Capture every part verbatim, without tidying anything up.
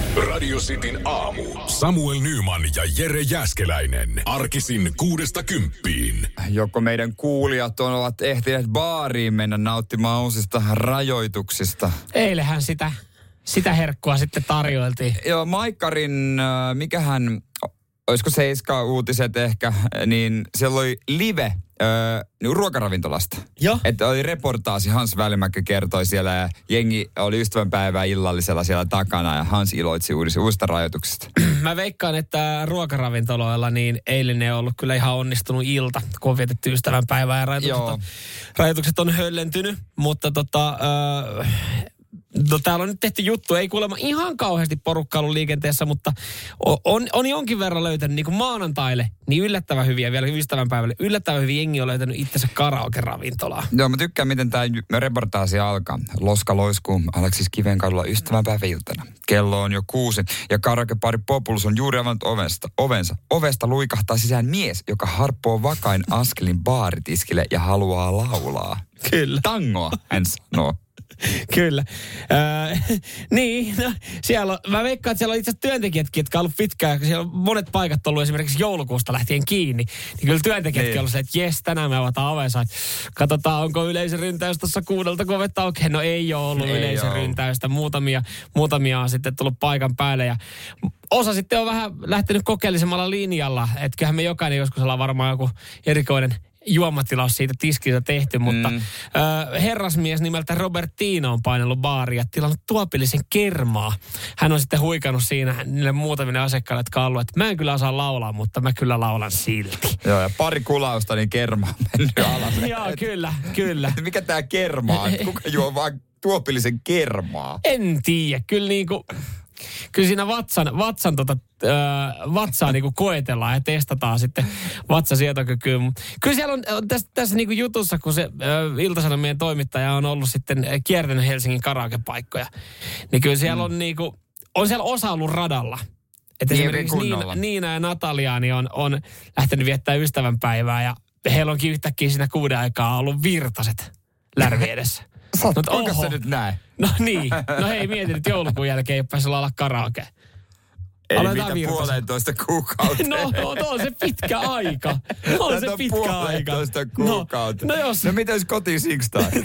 Radio Cityn aamu. Samuel Nyman ja Jere Jääskeläinen. Arkisin kuudesta kymppiin. Joko meidän kuulijat ovat ehtineet baariin mennä nauttimaan uusista rajoituksista? Eilähän sitä, sitä herkkua sitten tarjoiltiin. Joo, Maikkarin, äh, mikähän, olisiko Seiska-uutiset ehkä, niin siellä oli live Öö, ruokaravintolasta. Joo. Että oli reportaasi, Hans Välimäki kertoi siellä ja jengi oli ystävänpäivää illallisella siellä takana ja Hans iloitsi uusista rajoituksista. Mä veikkaan, että ruokaravintoloilla niin eilen ei ollut kyllä ihan onnistunut ilta, kun on vietetty ystävänpäivää ja rajoitukset, on, rajoitukset on höllentynyt, mutta tota... Öö, No täällä on nyt tehty juttu, ei kuulemma ihan kauheasti porukkaa ollut liikenteessä, mutta on, on jonkin verran löytänyt niin kuin maanantaille, niin yllättävän hyviä vielä ystävänpäivälle, yllättävän hyviä jengi on löytänyt itsensä karaoke-ravintolaa. Joo, mä tykkään, miten tämä reportaasi alkaa. Loska loiskuu Aleksis Kivenkadulla ystävänpäiväiltana. Kello on jo kuusi ja karaokepari Populus on juuri avannut ovesta, ovensa. Ovesta luikahtaa sisään mies, joka harppoo vakain askelin baaritiskille ja haluaa laulaa. Kyllä. Tangoa, hän sanoo. Kyllä. Öö, niin, no, siellä on, mä veikkaan, että siellä on itse asiassa työntekijätkin, jotka on ollut pitkään, kun siellä on monet paikat ollut esimerkiksi joulukuusta lähtien kiinni, niin kyllä työntekijätkin on ollut se, että jes, tänään me avataan ovensa. Katsotaan, onko yleisöryntäys tuossa kuudelta, kun ovetta auki. No ei ole ollut ei yleisöryntäystä. Muutamia, muutamia on sitten tullut paikan päälle ja osa sitten on vähän lähtenyt kokeellisemmalla linjalla. Että kyllähän me jokainen joskus ollaan varmaan joku erikoinen juomatilaus siitä tiskiltä tehty, mutta mm. ö, herrasmies nimeltä Robertino on painellut baaria ja tilannut tuopillisen kermaa. Hän on sitten huikannut siinä niille muutamille asiakkaille, jotka on ollut, että mä en kyllä osaa laulaa, mutta mä kyllä laulan silti. Joo, ja pari kulausta, niin kerma on mennyt alas. Joo, kyllä, kyllä. Mikä tää kermaa? Kuka juo vaan tuopillisen kermaa? En tiedä, kyllä niinku... Kyllä siinä vatsan, vatsan tota, öö, vatsaa niinku koetellaan ja testataan sitten vatsasietokykyä. Kyllä siellä on tässä, tässä niinku jutussa, kun se öö, Ilta-Sanomien toimittaja on ollut sitten kiertänyt Helsingin karaokepaikkoja, niin kyllä siellä on mm. niinku, on siellä osa ollut radalla. Että niin, esimerkiksi Niina, Niina ja Nataliani on, on lähtenyt viettää ystävänpäivää ja heillä onkin yhtäkkiä siinä kuuden aikaa ollut virtaset lärvi edessä. No, onko se nyt näin? No niin. No hei, mietin, että joulukuun jälkeen ei ole päässyt laulaa karaoke. Ei Aletaan mitä puolentoista kuukautta. No, no, no on se pitkä aika. No, on se pitkä aika. puolentoista kuukautta. No, no jos... No mitä jos kotiin Singstar?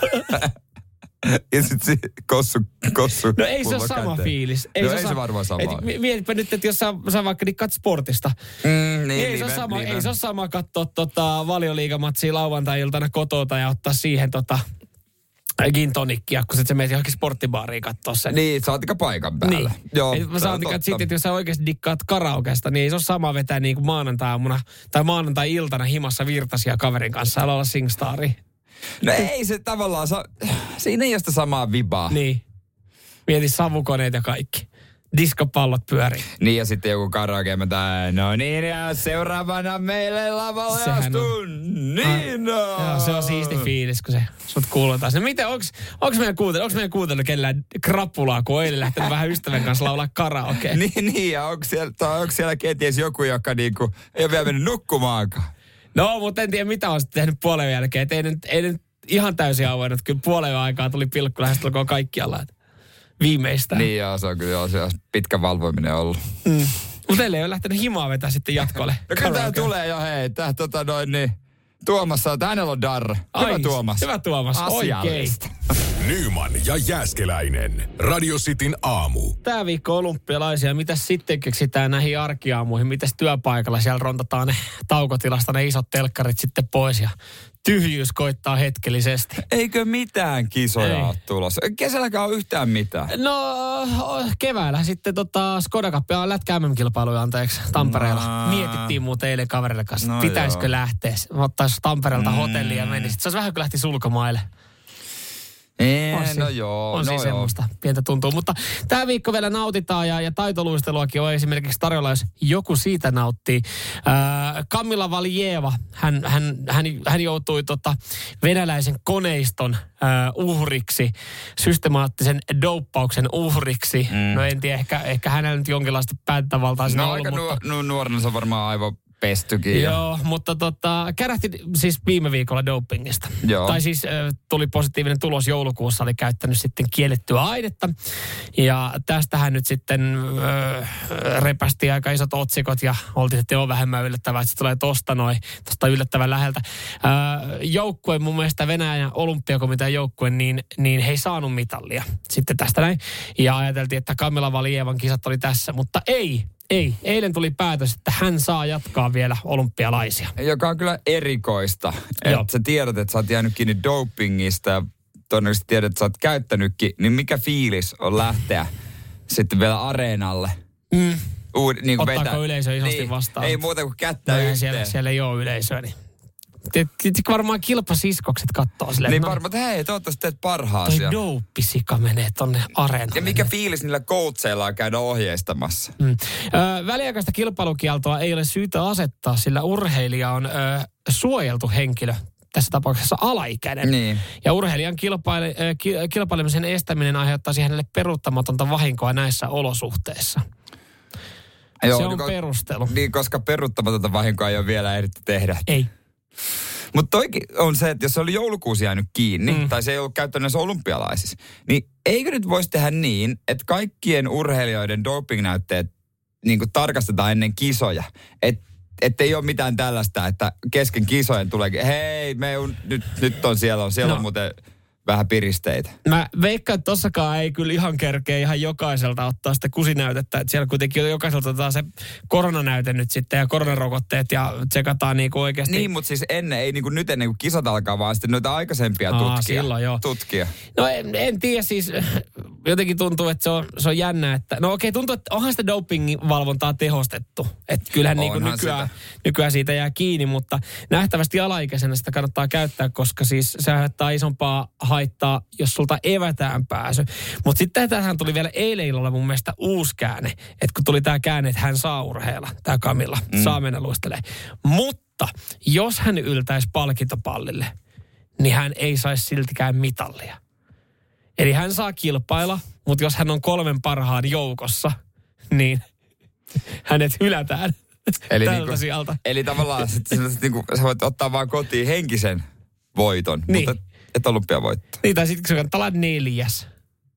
Ja sit se kossu, kossu. No ei se ole sama käteen. Fiilis. Ei no se ei se varmaan sama. Et, mietipä nyt, että jos sä, sä vaikka niin kat sportista. Mm, niin, ei, se live, sama, ei se ole sama katsoa tota, Valioliigamatsia lauantai-iltana kotota ja ottaa siihen tota... gin tonikkia, kun sit sä menet johonkin sporttibaariin katsoa sen. Niin, saatika paikan päällä. Niin. Joo, mä saatika, että sitten, että jos sä oikeasti dikkaat karaokesta, niin ei se ole sama vetää niin kuin maanantai-aamuna tai maanantai-iltana himassa virtasia kaverin kanssa ja olla Singstaria. No ei se tavallaan, sa- siinä ei ole sitä samaa vibaa. Niin. Mieti savukoneet ja kaikki. Diskopallot pyörii. Niin ja sitten joku karaoke, no niin ja seuraavana meille lavalle astuu Niina. Joo, se on siisti fiilis, kun se sut kuulutaan. No miten, onks, onks meidän kuuntelu, onks meidän kuuntelu kellään krapulaa, kun on eilen lähtenyt vähän ystävän kanssa laulaa karaoke? niin, niin ja onks siellä, tai onks siellä kenties joku, joka niinku ei ole vielä mennyt nukkumaankaan? No, mutta en tiedä mitä on sitten tehnyt puolen jälkeen. Et ei nyt, ei nyt ihan täysin avoinut. Kyllä puolen aikaa tuli pilkku lähestulkoon kaikkialla. Viimeistään. Niin joo, se on kyllä joo, se on pitkä valvoiminen ollut. Mm. Mutta teille ei ole lähtenyt himaa vetää sitten jatkolle. No kyllä tää tulee jo hei, tää tota noin niin, Tuomas sanoo, että hänellä on darra. Hyvä Ai, Tuomas. Hyvä Tuomas, oikein. Nyman ja Jääskeläinen. Radio Cityn aamu. Tää viikko olympialaisia. Mitäs sitten keksitään näihin arkiaamuihin? Mitäs työpaikalla? Siellä rontataan ne taukotilasta ne isot telkkarit sitten pois ja tyhjyys koittaa hetkellisesti. Eikö mitään kisoja Ei. ole tulossa? Kesälläkään ole yhtään mitään. No keväällä sitten tota Skoda Cup ja lätkä M M-kilpailuja anteeksi Tampereella. No. Mietittiin muuten eilen kaverille kanssa, no pitäisikö joo. lähteä. Ottaisi Tampereelta mm. hotellia ja menisi. Se olisi vähän kuin lähtisi ulkomaille. Ee, on no joo. On no siis joo. semmoista pientä tuntuu. Mutta tämä viikko vielä nautitaan ja, ja taitoluisteluakin on esimerkiksi tarjolla, jos joku siitä nauttii. Äh, Kamila Valjeva, hän, hän, hän, hän joutui tota venäläisen koneiston äh, uhriksi, systemaattisen douppauksen uhriksi. Mm. No en tiedä, ehkä, ehkä hänellä nyt jonkinlaista päättävaltaa siinä no, ollut. No aika mutta... nuor- nuorena se on varmaan aivan pestykin. Joo, mutta tota, kärähti siis viime viikolla dopingista. Joo. Tai siis äh, tuli positiivinen tulos joulukuussa, oli käyttänyt sitten kiellettyä ainetta. Ja tästähän nyt sitten äh, repästi aika isot otsikot ja oltiin, että on vähemmän yllättävää, että se tulee tosta noin, tosta yllättävän läheltä. Äh, joukkue, mun mielestä Venäjän olympiakomitean joukkue, niin, niin he ei saanut mitallia sitten tästä näin. Ja ajateltiin, että Kamila Valievan kisat oli tässä, mutta ei. Ei. Eilen tuli päätös, että hän saa jatkaa vielä olympialaisia. Joka on kyllä erikoista. Että sä tiedät, että sä oot jäänyt kiinni dopingista ja todennäköisesti tiedät, että sä oot käyttänytkin. Niin mikä fiilis on lähteä sitten vielä areenalle? Mm. Uud, niin Ottaako vetä. yleisö isosti niin, vastaan? Ei muuta kuin kättä no, yhteen. Siellä, siellä ei ole yleisöä, niin... Tietysti varmaan kilpasiskokset kattoo silleen. Niin no, varmaan, että hei, toivottavasti teet parhaasi. Toi douppisika menee tonne areenalle. Ja mikä fiilis niillä coacheilla on käydä ohjeistamassa? Mm. Ö, väliaikaista kilpailukieltoa ei ole syytä asettaa, sillä urheilija on ö, suojeltu henkilö. Tässä tapauksessa alaikäinen. Niin. Ja urheilijan kilpaile, ö, ki, kilpailemisen estäminen aiheuttaisi hänelle peruuttamatonta vahinkoa näissä olosuhteissa. Joo, se on niin, perustelu. Niin, koska peruuttamatonta vahinkoa ei ole vielä ehditty tehdä. Ei. Mutta toikin on se, että jos se oli joulukuusi jäänyt kiinni, mm. tai se ei ollut käytännössä olympialaisissa, niin eikö nyt voisi tehdä niin, että kaikkien urheilijoiden dopingnäytteet niin kuin tarkastetaan ennen kisoja? Että et ei ole mitään tällaista, että kesken kisojen tuleekin, hei, me on, nyt, nyt on siellä, on, siellä no. on muuten vähän piristeitä. Mä veikkaan, että tossakaan ei kyllä ihan kerkeä ihan jokaiselta ottaa sitä kusinäytettä. Että siellä kuitenkin jokaiselta otetaan se koronanäyte nyt sitten ja koronarokotteet ja tsekataan niinku oikeasti. Niin, mutta siis ennen, ei niinku nyt ennen kuin kisat alkaa, vaan sitten noita aikaisempia Aa, tutkia. silloin, joo. tutkia. No en, en tiedä siis, jotenkin tuntuu, että se on, se on jännä, että no okei, tuntuu, että onhan sitä doping-valvontaa tehostettu. Että kyllähän niinku nykyään, nykyään siitä jää kiinni, mutta nähtävästi alaikäisenä sitä kannattaa käyttää, koska siis se aiheuttaa isompaa haittaa, jos sulta evätään pääsy. Mutta sitten tähän tuli vielä eilen illalla mun mielestä uusi käänne, että kun tuli tämä käänne, että hän saa urheilla, tämä Kamilla, mm. saa mennä luistelee. Mutta jos hän yltäisi palkintopallille, niin hän ei saisi siltikään mitallia. Eli hän saa kilpailla, mutta jos hän on kolmen parhaan joukossa, niin hänet hylätään eli tältä niinku, sieltä. Eli tavallaan sit, sit, niinku, sä voit ottaa vaan kotiin henkisen voiton, niin. mutta et olympiavoittoa. Niin, tai sitten se kannattaa olla neljäs.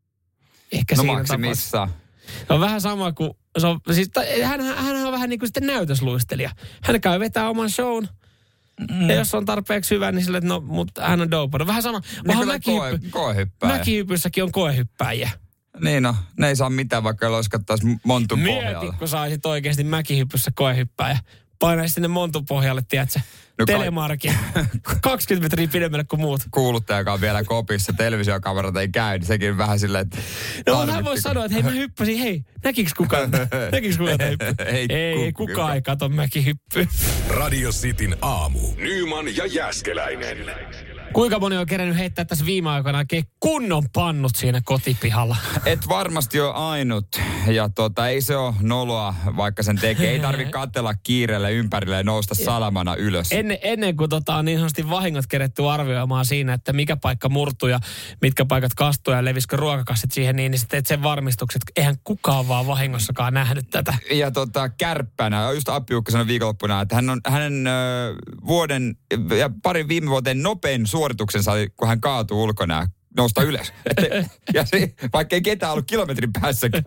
Ehkä no siinä maksimissa. Se on vähän sama kuin, se on, siis, hän, hän on vähän niin kuin sitten näytösluistelija. Hän käy vetää oman shown. Mm. Ja jos on tarpeeksi hyvä, niin sille, että no, mutta hän on dopannut. Vähän sama. Niin mäkihyppy, koe, koehyppääjä. Mäkihypyssäkin on koehyppääjiä. Niin no, ne ei saa mitään, vaikka loiskattaisi montun pohjalla. Mieti, kun saisit oikeasti mäkihyppyssä koehyppääjä. Painaisi sinne montun pohjalle, tiedätkö? No telemarkin. kaksikymmentä metriä pidemmälle kuin muut. Kuuluttaja, joka on vielä kopissa, televisiokamerat ei käy, niin sekin vähän silleen, että... No hän voi sanoa, että hei mä hyppäsin, hei, näkiks kukaan? Näkiks kukaan hyppy? Ei, ei kukaan, kukaan ei kato mäkihyppyä. Radio Cityn aamu. Nyman ja Jääskeläinen. Kuinka moni on kerännyt heittää tässä viime aikoina oikein kunnon pannut siinä kotipihalla? Et varmasti ole ainut. Ja tota, ei se ole noloa, vaikka sen tekee. Ei tarvitse katsella kiireelle ympärille ja nousta salamana ylös. Ennen, ennen kuin tota, on niin sanotusti vahingot keretty arvioimaan siinä, että mikä paikka murtuu ja mitkä paikat kastuu ja levisikö ruokakassit siihen, niin, niin sä teet sen varmistukset. Eihän kukaan vaan vahingossakaan nähnyt tätä. Ja tota, kärppänä, just Appi-Jukka sanoi viikonloppuna, että hän on hänen ö, vuoden ja parin viime vuoteen nopein suorituksensa, kun hän kaatuu ulkona ja nousta ylös. Et, ja se, vaikka ei ketään ollut kilometrin päässäkin.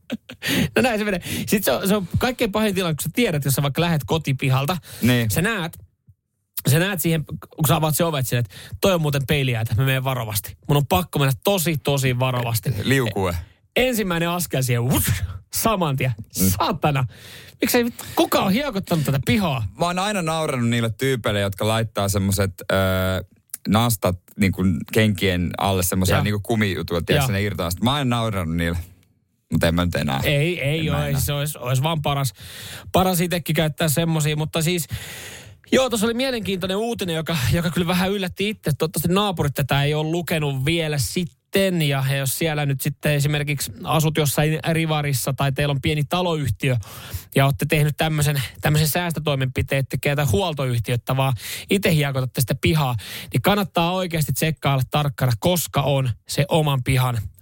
No näin se menee. Sitten se on, se on kaikkein pahin tilanne, kun sä tiedät, jos sä vaikka lähdet kotipihalta. Niin. Sä näet, sä näet siihen, kun sä avaat se ovet sinne, että toi on muuten peiliä, että mä menen varovasti. Mun on pakko mennä tosi, tosi varovasti. Liukue. Ensimmäinen askel siihen, wush, saman tien. Saatana. Miksei kukaan on hiekottanut tätä pihaa? Mä oon aina naurannut niille tyypeille, jotka laittaa semmoset öö, nastat niin kuin kenkien alle, semmoisia niin kuin kumijutuja, tiedätkö ne irtoaa. Mä oon aina naurannut niille, mutta en mä nyt enää. Ei, ei ole. Se olisi, olisi vaan paras, paras itsekin käyttää semmosia, mutta siis... Joo, tuossa oli mielenkiintoinen uutinen, joka, joka kyllä vähän yllätti itse. Toivottavasti naapurit tätä ei ole lukenut vielä sitten. Ja jos siellä nyt sitten esimerkiksi asut jossain rivarissa tai teillä on pieni taloyhtiö ja olette tehnyt tämmöisen, tämmöisen säästötoimenpiteen, että käytä huoltoyhtiötä, vaan itse hiekotatte sitä pihaa, niin kannattaa oikeasti tsekkailla tarkkana, koska on se oman pihan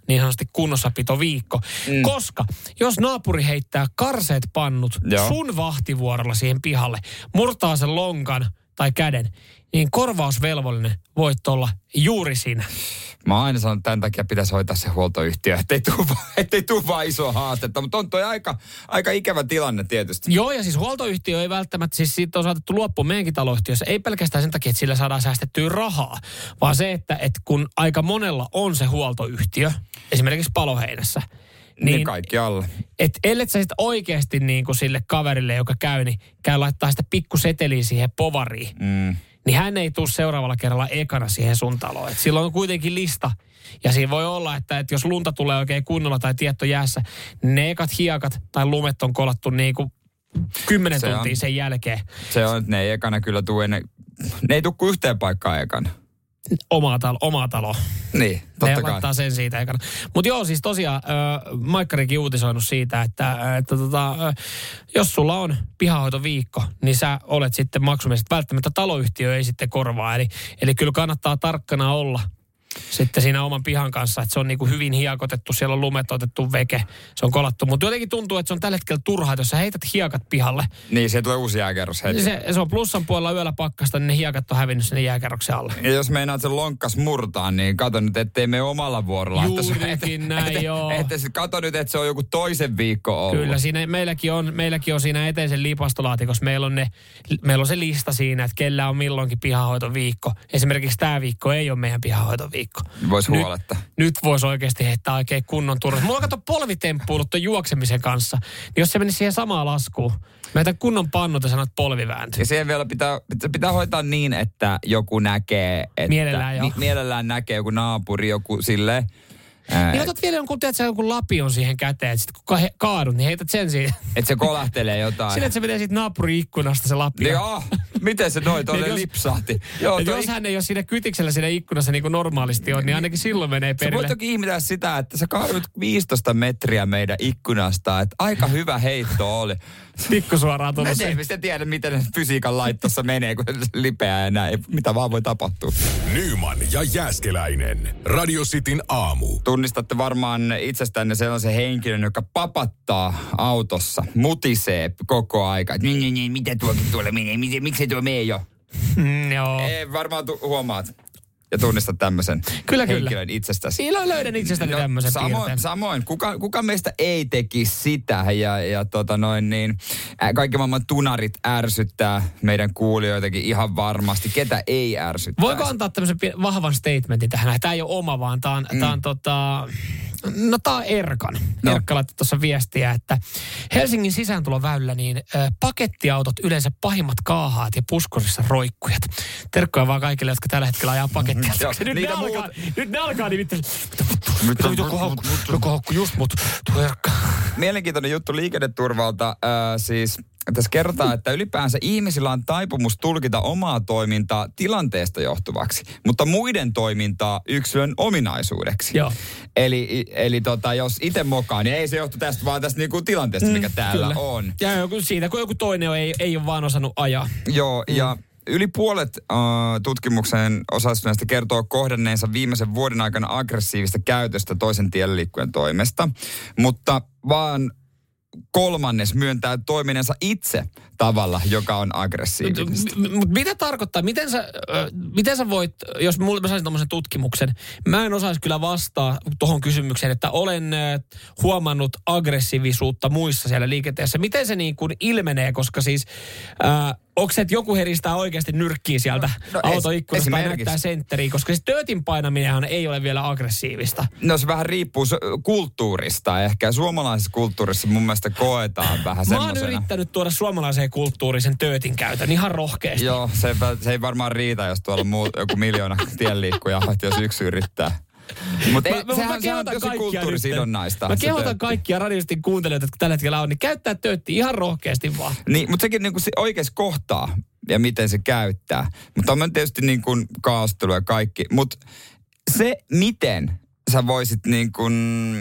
niin sanotusti kunnossapitoviikko. Mm. Koska jos naapuri heittää karseet pannut Joo. sun vahtivuorolla siihen pihalle, murtaa sen lonkan tai käden, niin korvausvelvollinen voit olla juuri sinä. Mä oon aina sanonut, että tämän takia pitäisi hoitaa se huoltoyhtiö, ettei tule, ettei tule vaan isoa haastetta. Mutta on toi aika, aika ikävä tilanne tietysti. Joo, ja siis huoltoyhtiö ei välttämättä, siis siitä on saatettu luopua meidänkin taloyhtiössä, ei pelkästään sen takia, että sillä saadaan säästettyä rahaa, vaan se, että, että kun aika monella on se huoltoyhtiö, esimerkiksi Paloheinässä, niin, niin kaikki alle. Että ellet sä sitten oikeasti niin kuin sille kaverille, joka käy, niin käy laittaa sitä pikkuseteliä siihen povariin. Mm. Niin hän ei tule seuraavalla kerralla ekana siihen sun taloon. Et silloin on kuitenkin lista. Ja siinä voi olla, että, että jos lunta tulee oikein kunnolla tai tietto jäässä, niin ne ekat hiekat tai lumet on kolattu niin kuin kymmenen se tuntia on, sen jälkeen. Se on, että ne ei ekana kyllä tule ennen, ne ei tule kuin yhteen paikkaan ekana. Omaa talo, omaa talo. Niin, totta ne kai. laittaa sen siitä ekana. Mutta joo, siis tosiaan äh, Maikkarikin uutisoinut siitä, että, että tota, äh, jos sulla on pihahoitoviikko, niin sä olet sitten maksumielisesti. Välttämättä taloyhtiö ei sitten korvaa. Eli, eli kyllä kannattaa tarkkana olla sitten siinä oman pihan kanssa, että se on niin kuin hyvin hiekotettu, siellä on lumet otettu veke, se on kolattu. Mutta jotenkin tuntuu, että se on tällä hetkellä turhaa, että jos sä heität hiekat pihalle. Niin, se tulee uusi jääkerros heti. Se, se on plussan puolella yöllä pakkasta, niin ne hiekat on hävinnyt sinne jääkerroksen alle. Ja jos meinaat sen lonkkas murtaa, niin kato nyt, ettei me omalla vuorolla. Juurikin näin, että, joo. Että, että kato nyt, että se on joku toisen viikko ollut. Kyllä, siinä meilläkin on, meilläkin on siinä eteisen lipastolaatikossa. Meillä on, ne, meillä on se lista siinä, että kellä on milloinkin pihahoitoviikko. Esimerkiksi tämä viikko ei ole meidän pihahoitoviikko. Voisi huoletta. Nyt voisi oikeasti heittää oikein kunnon turvassa. Mulla on kato polvitemppuilut ton juoksemisen kanssa. Niin jos se menisi siihen samaan laskuun, mä jätän kunnon pannut ja sanot polvi vääntyy. Ja siihen vielä pitää, pitää hoitaa niin, että joku näkee. Että, mielellään jo. Ni, mielellään näkee joku naapuri, joku silleen. Niin otat vielä jonkun, tiedät sä, jonkun lapion siihen käteen, että sit kun he, kaadut, niin heität sen siihen. Että se kolahtelee jotain. Sillä, että se menee siitä naapuri-ikkunasta se lapio. Joo, miten se noin tuolle lipsahti. Joo, jos ik... hän ei ole siinä kytiksellä siinä ikkunassa niin kuin normaalisti on, niin ainakin silloin menee perille. Sä voit toki ihmetellä sitä, että sä kaadut viisitoista metriä meidän ikkunasta, että aika hyvä heitto oli. Pikkusuoraan tullut se. Mä en tiedä, miten fysiikan laittossa menee, kun se lipeää ja näin. Mitä vaan voi tapahtua. Nyman ja Jääskeläinen. Radio Cityn aamu. Tunnistatte varmaan itsestänne sellaisen henkilön, joka papattaa autossa, mutisee koko aika. Niin, niin, niin, mitä tuokin tuolla menee? Miksi tuo menee jo? Mm, joo. Ei, varmaan tu- huomaat. Ja tunnistat tämmöisen kyllä, henkilön kyllä. itsestäsi. Ilon löydän itsestäni no, tämmöisen samoin, piirteen. Samoin. Kuka, kuka meistä ei tekisi sitä ja, ja tota noin niin, kaikki maailman tunarit ärsyttää meidän kuulijoitakin ihan varmasti. Ketä ei ärsyttää? Voiko antaa tämmöisen vahvan statementin tähän? Tämä ei ole oma, vaan tämä on, mm. tää on tota... No tää on Erkan. No. Erkka laittoi tuossa viestiä, että Helsingin sisääntuloväylällä niin ö, pakettiautot yleensä pahimmat kaahaat ja puskurissa roikkujat. Terkkoja vaan kaikille, jotka tällä hetkellä ajaa pakettia. nyt, ne alkaa, nyt ne alkaa nimittäin. Mitä joku haukku, joku haukku just mut. Tuo Erkka. Mielenkiintoinen juttu liikenneturvalta. Äh, siis tässä kerrotaan, että ylipäänsä ihmisillä on taipumus tulkita omaa toimintaa tilanteesta johtuvaksi, mutta muiden toimintaa yksilön ominaisuudeksi. Joo. Eli, eli tota, jos itse mokaa, niin ei se johtu tästä, vaan tästä niinku tilanteesta, mikä mm, täällä kyllä. on. Ja joku siitä, kun joku toinen ei, ei ole vaan osannut ajaa. Joo, mm. ja yli puolet uh, tutkimuksen osallistuneista kertoo kohdanneensa viimeisen vuoden aikana aggressiivista käytöstä toisen tielläliikkujan toimesta, mutta vaan kolmannes myöntää toiminensa itse tavalla, joka on aggressiivista. Mutta mitä tarkoittaa? Miten sä, äh, miten sä voit, jos mulle mä saisin tommosen tutkimuksen, mä en osaisi kyllä vastaa tuohon kysymykseen, että olen äh, huomannut aggressiivisuutta muissa siellä liikenteessä. Miten se niin kuin ilmenee, koska siis äh, onko se, että joku heristää oikeasti nyrkkiä sieltä no, no autoikkunasta tai näyttää sentteriä, koska se töötin painaminenhan ei ole vielä aggressiivista. No se vähän riippuu kulttuurista ehkä. Suomalaisessa kulttuurissa mun mielestä koetaan vähän semmoisena. Mä oon yrittänyt tuoda suomalaiseen kulttuurisen töötin käytön ihan rohkeasti. Joo, se, se ei varmaan riitä, jos tuolla muu, joku miljoona tienliikkuja, jos yksi yrittää. Mutta sehän, sehän on tosi kulttuurisidonnaista. Mä kehotan kaikkia radiostin kuuntelijoita, jotka tällä hetkellä on, niin käyttää töötti ihan rohkeasti vaan. Niin, mutta sekin niin kuin se oikeasti kohtaa ja miten se käyttää. Mutta on tietysti niin kuin kaastelu ja kaikki. Mutta se, miten sä voisit niin kuin,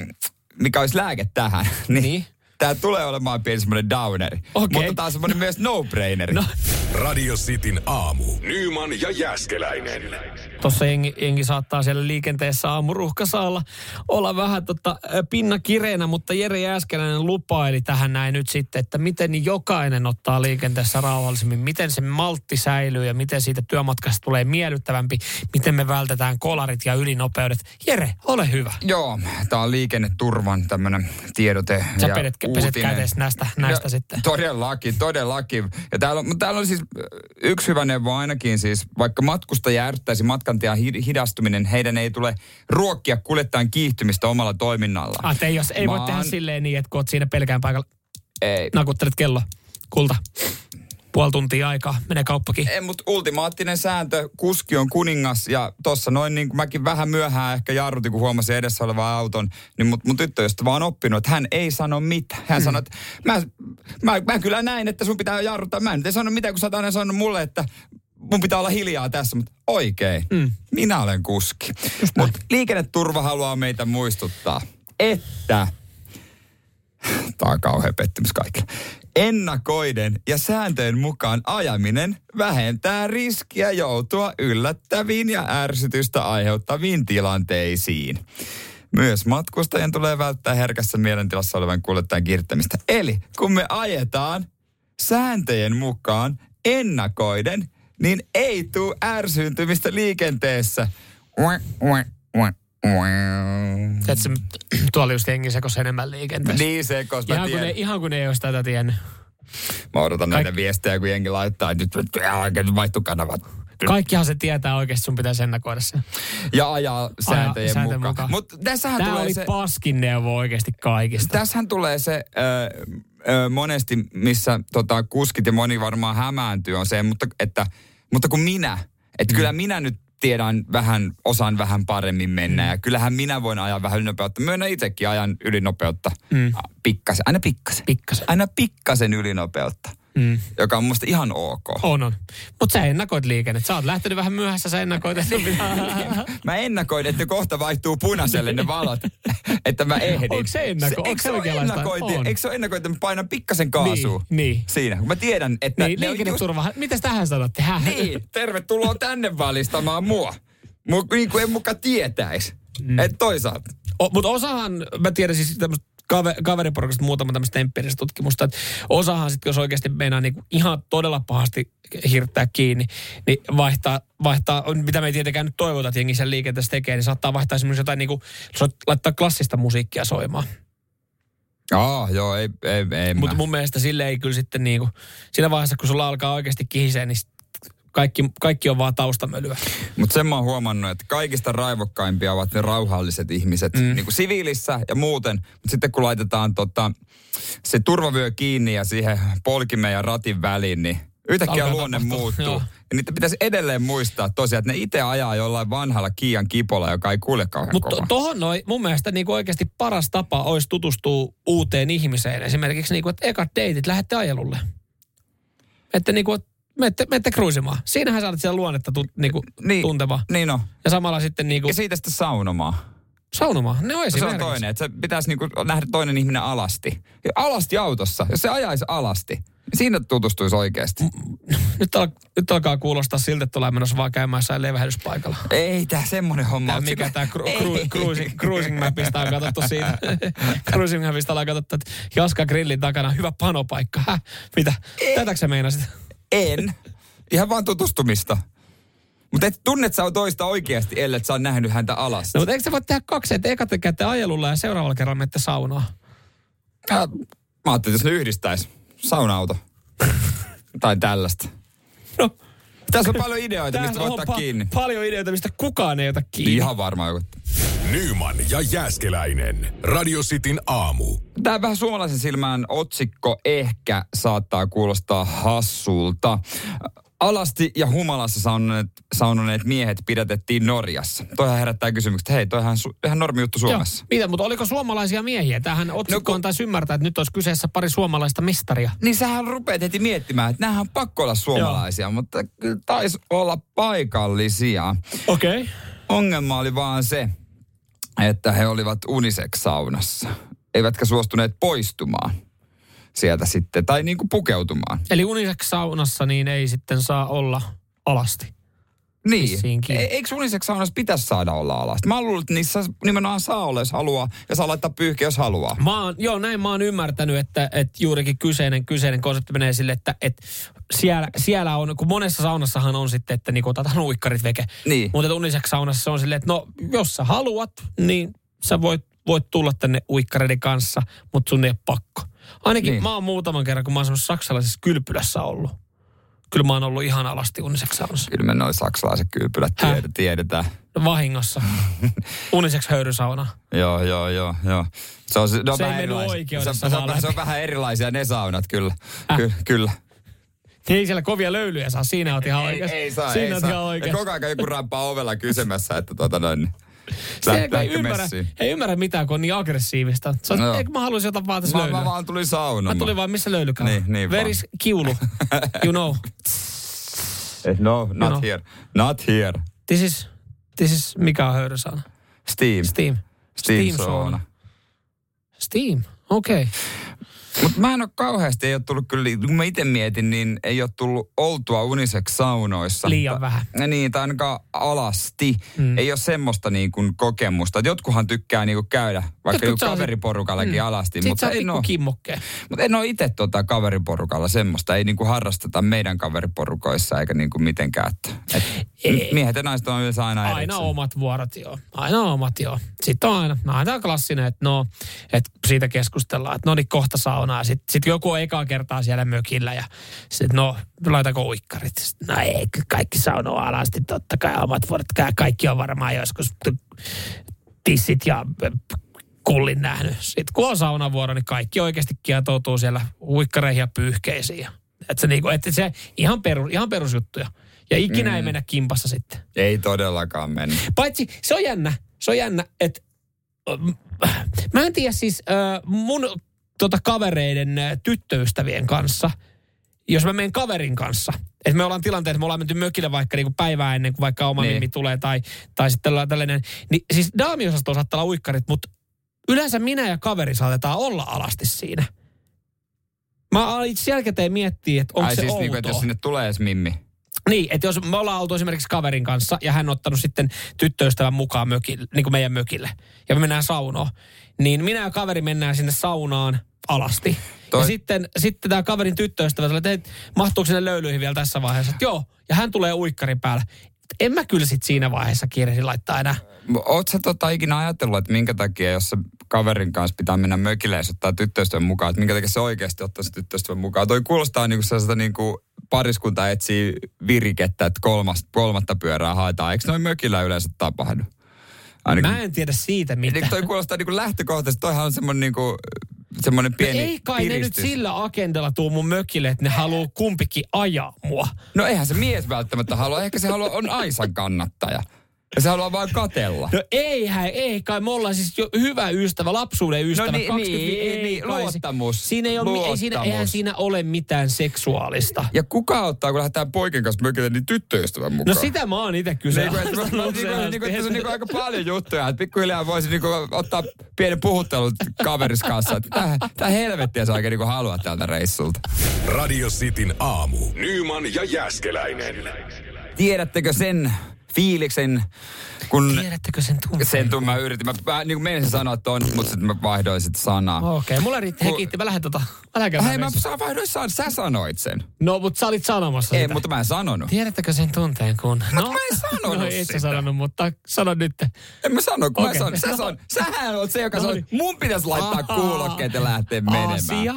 mikä olisi lääke tähän, niin, niin? Tää tulee olemaan pieni semmoinen downeri. Okay. Mutta tää on semmoinen myös no-braineri. No. Radio Cityn aamu. Nyman ja Jääskeläinen. Tuossa jengi, jengi saattaa siellä liikenteessä aamuruuhkassa olla, olla vähän tota, pinna kireenä, mutta Jere Jääskeläinen lupaili tähän näin nyt sitten, että miten jokainen ottaa liikenteessä rauhallisemmin, miten se maltti säilyy ja miten siitä työmatkasta tulee miellyttävämpi, miten me vältetään kolarit ja ylinopeudet. Jere, ole hyvä. Joo, tää on liikenneturvan tämmönen tiedote. Sä ja peset, peset käteessä näistä, näistä ja sitten. Todellakin, todellakin. Ja täällä on, täällä on siis yksi hyvä neuvo ainakin siis, vaikka matkustaja ärsyttäisi matkantian hidastuminen, heidän ei tule ruokkia kuljettajan kiihtymistä omalla toiminnalla. Ah, ei, jos, ei Vaan... voi tehdä silleen niin, että kun oot siinä pelkään paikalla, ei. nakuttelet kello, kulta. Puoli tuntia aikaa, menee kauppakin. Ei, mutta ultimaattinen sääntö, kuski on kuningas ja tossa noin niin kuin mäkin vähän myöhään ehkä jarrutin, kun huomasin edessä olevan auton, niin mut, mun tyttöystävä on oppinut, että hän ei sano mitään. Hän mm. sanoi, että mä, mä, mä kyllä näin, että sun pitää jarruttaa. Mä en nyt sano mitään, kun sä oot aina sanonut mulle, että mun pitää olla hiljaa tässä, mutta oikein. Mm. Minä olen kuski. Mutta liikenneturva haluaa meitä muistuttaa, että tämä on kauhea pettymys kaikille. Ennakoiden ja sääntöjen mukaan ajaminen vähentää riskiä joutua yllättäviin ja ärsytystä aiheuttaviin tilanteisiin. Myös matkustajien tulee välttää herkässä mielentilassa olevan kuljettajan kiihdyttämistä. Eli kun me ajetaan sääntöjen mukaan ennakoiden, niin ei tule ärsyyntymistä liikenteessä. Tiedätkö, tuolla just jengi sekos enemmän liikenteessä. Niin sekos, mä ihan tiedän. Kun ne, ihan kun ne ei olisi tätä tiennyt. Mä odotan Kaik... näitä viestejä, kun jengi laittaa, että nyt oikein vaihtu kanavat. Kaikkihan se tietää oikeasti, sun pitäisi ennakoida sen. Ja ajaa sääntöjen Aja, mukaan. mukaan. Mut tässähän Tämä tulee oli se... paskin neuvo oikeasti kaikista. Tässähän tulee se ö, ö, monesti, missä tota, kuskit ja moni varmaan hämääntyy, on se, mutta, että, mutta kun minä, että mm. kyllä minä nyt tiedän vähän, osaan vähän paremmin mennä. Mm. Ja kyllähän minä voin ajaa vähän ylinopeutta. Myönnän itsekin ajan ylinopeutta. Mm. Pikkasen, aina pikkasen. pikkasen. Aina pikkasen ylinopeutta. Mm. Joka on musta ihan ok. On, on. Mutta sä ennakoit liikenne. Sä oot lähtenyt vähän myöhässä, sä ennakoit, että Mä ennakoin, että kohta vaihtuu punaiselle ne valot, että mä ehdin. Onko se ennako? Eikö se ole ennakointi? Eikö se ole ennakointi, että mä painan pikkasen kaasua? Niin, niin. Siinä, kun mä tiedän, että... Niin, liikenneturva. Just... Mitäs tähän sanotte? Häh? Niin, tervetuloa tänne valistamaan mua. Mu, niin kuin en muka tietäisi. Mm. Että toisaalta. O, mutta osahan, mä tiedän siis tämmöistä kaveriporukasta muutama tämmöistä empiiristä tutkimusta, että osahan sitten, jos oikeasti meinaa niinku ihan todella pahasti hirttää kiinni, niin vaihtaa, vaihtaa, mitä me ei tietenkään nyt toivota, että jengi sen liikenteessä tekee, niin saattaa vaihtaa esimerkiksi jotain niinku, laittaa klassista musiikkia soimaan. Ah, joo, ei, ei, ei Mutta mun mielestä sille ei kyllä sitten niinku, siinä vaiheessa, kun sulla alkaa oikeasti kihisee, niin Kaikki, kaikki on vaan taustamölyä. Mutta sen mä oon huomannut, että kaikista raivokkaimpia ovat ne rauhalliset ihmiset. Mm. Niin kuin siviilissä ja muuten. Mutta sitten kun laitetaan tota, se turvavyö kiinni ja siihen polkimen ja ratin väliin, niin yhtäkkiä alkaa luonne tapahtua. Muuttuu. Joo. Ja niitä pitäisi edelleen muistaa tosiaan, että ne itse ajaa jollain vanhalla Kian kipolla, joka ei kuule kauhean Mutta kovaa. Tuohon noin mun mielestä niinku oikeasti paras tapa olisi tutustua uuteen ihmiseen. Esimerkiksi niinku, että ekat deitit lähette ajelulle. Että niinku, Mette, mette kruisimaan. Siinähän saatat siellä luonnetta tu, niinku, niin, tuntemaan. Niin no. Ja samalla sitten niinku... Ja siitä sitten saunomaan. Saunomaan? Ne on Se on toinen, että se pitäisi niinku nähdä toinen ihminen alasti. Ja alasti autossa. Jos se ajaisi alasti, niin siinä tutustuisi oikeasti. Nyt, al, nyt alkaa kuulostaa siltä, että ollaan menossa vaan käymään jossain levähdyspaikalla. Ei tää semmonen homma. Tää mikä tää cru, cru, cruising, cruising mapista on katsottu siitä. Cruising mapista ollaan katsottu, että Jaska grillin takana hyvä panopaikka. Häh? Mitä? Tätäkö sä meinasit? En. Ihan vaan tutustumista. Mutta et tunnet sä toista oikeasti, ellei sä oot nähnyt häntä alasti. No mutta eikö sä voi tehdä kaksi, että eka te käytte ajelulla ja seuraavalla kerralla menette saunaan? Mä, mä ajattelin, jos ne yhdistäis. Sauna-auto. Tai tällaista. No. Tässä on paljon ideoita, mistä voi ottaa pa- kiinni. Paljon ideoita, mistä kukaan ei ota kiinni. Ihan varmaan joku. Nyman ja Jääskeläinen. Radio Cityn aamu. Tämä vähän suomalaisen silmään otsikko ehkä saattaa kuulostaa hassulta. Alasti ja humalassa saunoneet, saunoneet miehet pidätettiin Norjassa. Toihan herättää kysymykset, että hei, toihan su, ihan normi juttu Suomessa. Joo. Mitä, mutta oliko suomalaisia miehiä? Tämähän otsikko no, antaisi ymmärtää, että nyt olisi kyseessä pari suomalaista mestaria. Niin sähän rupeat heti miettimään, että nämähän on pakko olla suomalaisia, Joo. mutta kyllä taisi olla paikallisia. Okei. Okay. Ongelma oli vaan se, että he olivat unisex-saunassa, eivätkä suostuneet poistumaan. sieltä sitten, tai niin kuin pukeutumaan. Eli uniseksi saunassa niin ei sitten saa olla alasti. Niin. E- eikö uniseksi saunassa pitäisi saada olla alasti? Mä oon luullut, että niissä nimenomaan saa olla, jos haluaa, ja saa laittaa pyyhkiä, jos haluaa. Mä oon, joo, näin mä oon ymmärtänyt, että, että juurikin kyseinen, kyseinen konsepti menee sille, että, että siellä, siellä on, kun monessa saunassahan on sitten, että niin otetaan uikkarit veke. Niin. Mutta uniseksi saunassa se on silleen, että no, jos sä haluat, niin sä voit, voit tulla tänne uikkareiden kanssa, mutta sun ei ole pakko. Ainakin niin. Mä oon muutaman kerran, kun mä oon semmoisessa saksalaisessa kylpylässä ollut. Kyllä mä oon ollut ihan alasti uniseksi saunassa. Kyllä me noin saksalaiset kylpylät tied- tiedetään. No vahingossa. Uniseksi höyrysauna. Joo, joo, joo, joo. Se, on, no se ei mennyt oikeudessa se, se, se, se on vähän erilaisia ne saunat, kyllä. Äh. Ky, kyllä. Ei siellä kovia löylyjä saa, siinä oot ihan oikeassa. Ei, ei saa, siinä ei saa. Ja koko ajan joku rampaa ovella kysymässä, että tuota noin. Se ei ymmärrä, ei ymmärrä mitään, kun on niin aggressiivista. Sä oot, no. Eikö mä haluaisin jotain vaan tässä löylyä? Mä vaan tulin saunomaan. Mä tulin vaan, missä löylykään? Niin, niin Where is kiulu? You know. No, not you know. here. Not here. This is, this is mikä on höyrysauna? Steam. Steam. Steam sauna. Steam, okei. Okay. Mutta mä en ole kauheasti, ei ole tullut kyllä, kun mä itse mietin, niin ei ole tullut oltua uniseksi saunoissa. Liian ta, vähän. Niin, tai ainakaan alasti. Mm. Ei ole semmoista niin kuin kokemusta. Jotkuhan tykkää niin kuin käydä vaikka joku kaveriporukallakin mm. alasti. Sitten sä pikku kimmokkeen. Mutta en ole itse tota kaveriporukalla semmoista. Ei niin kuin harrasteta meidän kaveriporukoissa eikä niin kuin mitenkään. Et miehet ja naiset on yleensä aina erikseen. Aina omat vuorot, joo. Aina omat, joo. Sitten on aina, aina klassinen, että no, että siitä keskustellaan, että no niin kohta saunaa. Sitten sit joku on ekaa kertaa siellä mökillä ja sitten no, laitako uikkarit? No ei, kaikki saunoo alasti, totta kai omat vuorot. Kaikki on varmaan joskus tissit ja kullin nähnyt. Sitten kun on saunavuoro, niin kaikki oikeasti kietoutuu siellä uikkareihin ja pyyhkeisiin. Että se, niinku, että se ihan, peru, ihan perusjuttuja. Ja ikinä mm. ei mennä kimpassa sitten. Ei todellakaan mennä. Paitsi se on jännä, se on jännä, että äh, mä en tiedä siis äh, mun tota, kavereiden äh, tyttöystävien kanssa, jos mä menen kaverin kanssa, että me ollaan tilanteessa, että me ollaan menty mökille vaikka niinku päivää ennen kuin vaikka oma niin. Mimmi tulee tai, tai sitten tällainen, niin siis daamiosastolla saattaa olla uikkarit, mutta yleensä minä ja kaveri saatetaan olla alasti siinä. Mä aloin itse jälkikäteen miettiä, että onko Ai se siis outoa. Niin kuin, että jos sinne tulee edes Mimmi. Niin, että jos me ollaan oltu esimerkiksi kaverin kanssa ja hän on ottanut sitten tyttöystävän mukaan mökille, niin kuin meidän mökille ja me mennään saunoon, niin minä ja kaveri mennään sinne saunaan alasti. Toi. Ja sitten, sitten tämä kaverin tyttöystävä sanoo, että hei, mahtuuko sinne löylyihin vielä tässä vaiheessa? Että joo, ja hän tulee uikkarin päällä. En mä kyllä sit siinä vaiheessa kiireisi laittaa enää. Ootko sä tota ikinä ajatellut, että minkä takia, jos se kaverin kanssa pitää mennä mökille ja ottaa tyttöystävän mukaan, että minkä takia se oikeasti ottaa se tyttöystävän mukaan? Toi kuulostaa niinku sellaista niinku pariskunta etsii virikettä, että kolmas, kolmatta pyörää haetaan. Eikö noin mökillä yleensä tapahdu? Ainakin, mä en tiedä siitä mitään. Niin toi kuulostaa niinku lähtökohtaisesti, toihan on semmoinen niinku semmoinen pieni no ei kai piristys. Ne nyt sillä agendalla tuu mun mökille, että ne haluu kumpikin ajaa mua. No eihän se mies välttämättä halua. Ehkä se haluaa, on Aisan kannattaja. Ja se haluaa vaan katella. No eihän, ei kai. Me ollaan siis jo hyvä ystävä, lapsuuden ystävä. No niin, niin, ei, niin luottamus. Siinä ei ole, luottamus. Ei siinä, eihän siinä ole mitään seksuaalista. Ja kuka ottaa, kun lähdetään poikien kanssa mökille, niin tyttöystävän mukaan? No sitä mä oon itse kyse. Niin, että, niin, että se on niin aika paljon juttuja, että pikkuhiljaa voisi niin ottaa pienen puhuttelun kaveris kanssa. Että tää helvettiä sä oikein niin haluaa tältä reissulta. Radio Cityn aamu. Nyman ja Jääskeläinen. Tiedättekö sen fiiliksen, kun... Tiedättekö sen tunteen? Sen tunteen mä yritin. Mä, mä niin kuin menisin sanoa ton, mutta sitten mä vaihdoin sit sanaa. Okei, okay, mulla riitti. He kiitti. Mä lähden tota... Mä lähden Hei, mä sä vaihdoin sanaa. Sä sanoit sen. No, mutta sä olit sanomassa Ei, sitä. mutta mä en sanonut. Tiedättekö sen tunteen, kun... No, no, mä en sanonut no, sitä. et sä sanonut, mutta sano nyt. En mä sano, kun okay. mä sanon. Sä no. san, sähän oot se, joka no, sanoi, mun pitäisi laittaa aha, kuulokkeet ja lähteä menemään. Asia.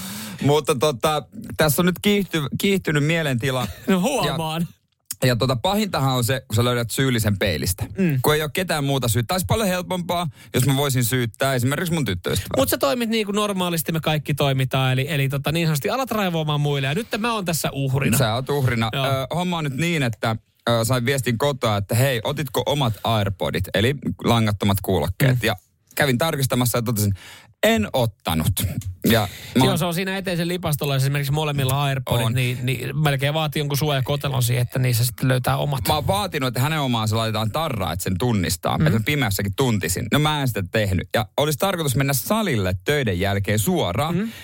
Mutta tota, tässä on nyt kiihty, kiihtynyt mielentila. No huomaan. Ja, Ja tota, pahintahan on se, kun sä löydät syyllisen peilistä. Mm. Kun ei ole ketään muuta syyttää. Olisi paljon helpompaa, jos mä voisin syyttää esimerkiksi mun tyttöystävää. Mutta sä toimit niin kuin normaalisti me kaikki toimitaan. Eli, eli tota, niin sanotusti alat raivoamaan muille. Ja nyt mä oon tässä uhrina. Sä oot uhrina. Ö, homma on nyt niin, että ö, sain viestin kotoa, että hei, otitko omat AirPodit, eli langattomat kuulokkeet. Mm. Ja kävin tarkistamassa ja totesin, en ottanut. Ja Joo, oon... se on siinä eteisen lipastolla, esimerkiksi molemmilla AirPodit, niin, niin melkein vaatii jonkun suojakotelon siihen, että niissä sitten löytää omat. Mä oon vaatinut, että hänen omaansa laitetaan tarraa, että sen tunnistaa. Mm. Että mä pimeässäkin tuntisin. No mä en sitä tehnyt. Ja olisi tarkoitus mennä salille töiden jälkeen suoraan. Mm.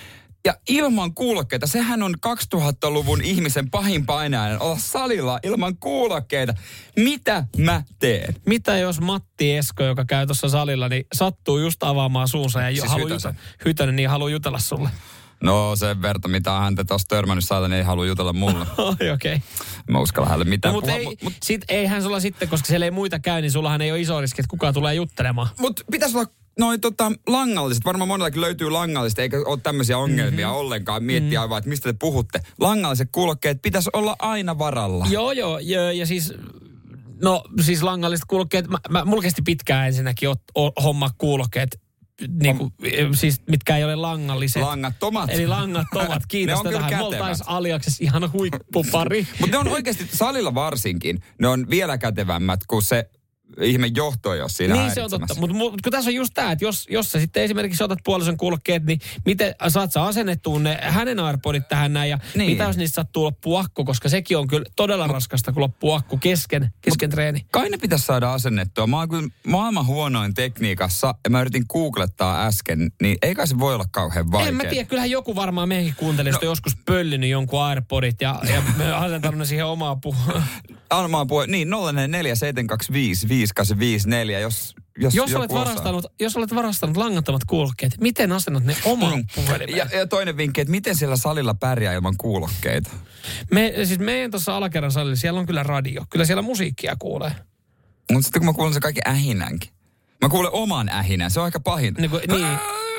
Ja ilman kuulokkeita, sehän on kaksituhattaluvun ihmisen pahin painajainen, olla salilla ilman kuulokkeita. Mitä mä teen? Mitä jos Matti Esko, joka käy tuossa salilla, niin sattuu just avaamaan suunsa ja siis haluaa juta, Hytönen, niin haluaa jutella sulle? No sen verta, mitä häntä tuossa törmännyt saada, niin ei halua jutella mulle. Okei. Okay. Mä uskalla hänelle mitään no, mutta ei, mut, sit, eihän sulla sitten, koska siellä ei muita käy, niin sullahan ei ole iso riski, että kukaan tulee juttelemaan. Mutta pitäisi olla noin tota, langalliset. Varmaan monellakin löytyy langalliset, eikä ole tämmöisiä ongelmia mm-hmm. ollenkaan. Miettiä mm-hmm. aivan, että mistä te puhutte. Langalliset kuulokkeet pitäisi olla aina varalla. Joo, joo. Ja, ja siis, no siis langalliset kuulokkeet. Mä, mä, mulla kesti pitkään ensinnäkin o, o, homma kuulokkeet. Niin kuin, siis mitkä ei ole langalliset. Langattomat. Eli langattomat. Kiitos tähän. Me oltaisiin Aliaksessa ihan huippupari. Mutta ne on oikeasti salilla varsinkin. Ne on vielä kätevämmät kuin se ihme johto, jos siinä niin se on totta. Mutta mut, kun tässä on just tämä, että jos, jos sä sitten esimerkiksi otat puolison kuulokkeet, niin miten saat sä asennettua ne hänen AirPodit tähän näin ja niin. Mitä jos niistä sattuu loppua akku, koska sekin on kyllä todella raskasta, kun loppuu akku kesken, kesken treeni. Kai ne pitäisi saada asennettua. Mä oon kyllä maailman huonoin tekniikassa ja mä yritin googlettaa äsken, niin ei kai se voi olla kauhean vaikea. En mä tiedä, kyllähän joku varmaan meidänkin kuuntelijoista no. joskus pöllinyt jonkun AirPodit ja, ja asentanut ne siihen omaan puhuun. Omaan puhuun, niin nolla neljä seitsemän kaksi viisi viisi kahdeksan viisi neljä, jos Jos, jos, olet varastanut, jos olet varastanut langattomat kuulokkeet, miten asennat ne omaan mm. puhelimeen? Ja, ja toinen vinkki, että miten siellä salilla pärjää ilman kuulokkeita? Me, siis meidän tuossa alakerran salilla, siellä on kyllä radio. Kyllä siellä musiikkia kuulee. Mutta sitten kun mä kuulen se kaikki ähinänkin. Mä kuulen oman ähinän, se on aika pahin. Niin. Kuin, niin.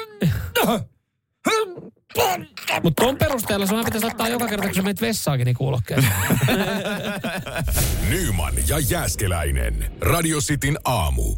Mutta tuon perusteella sunhan pitäisi ottaa joka kerta, kun sä menet vessaakin, niin kuulokkeet. Nyman ja Jääskeläinen. Radio Cityn aamu.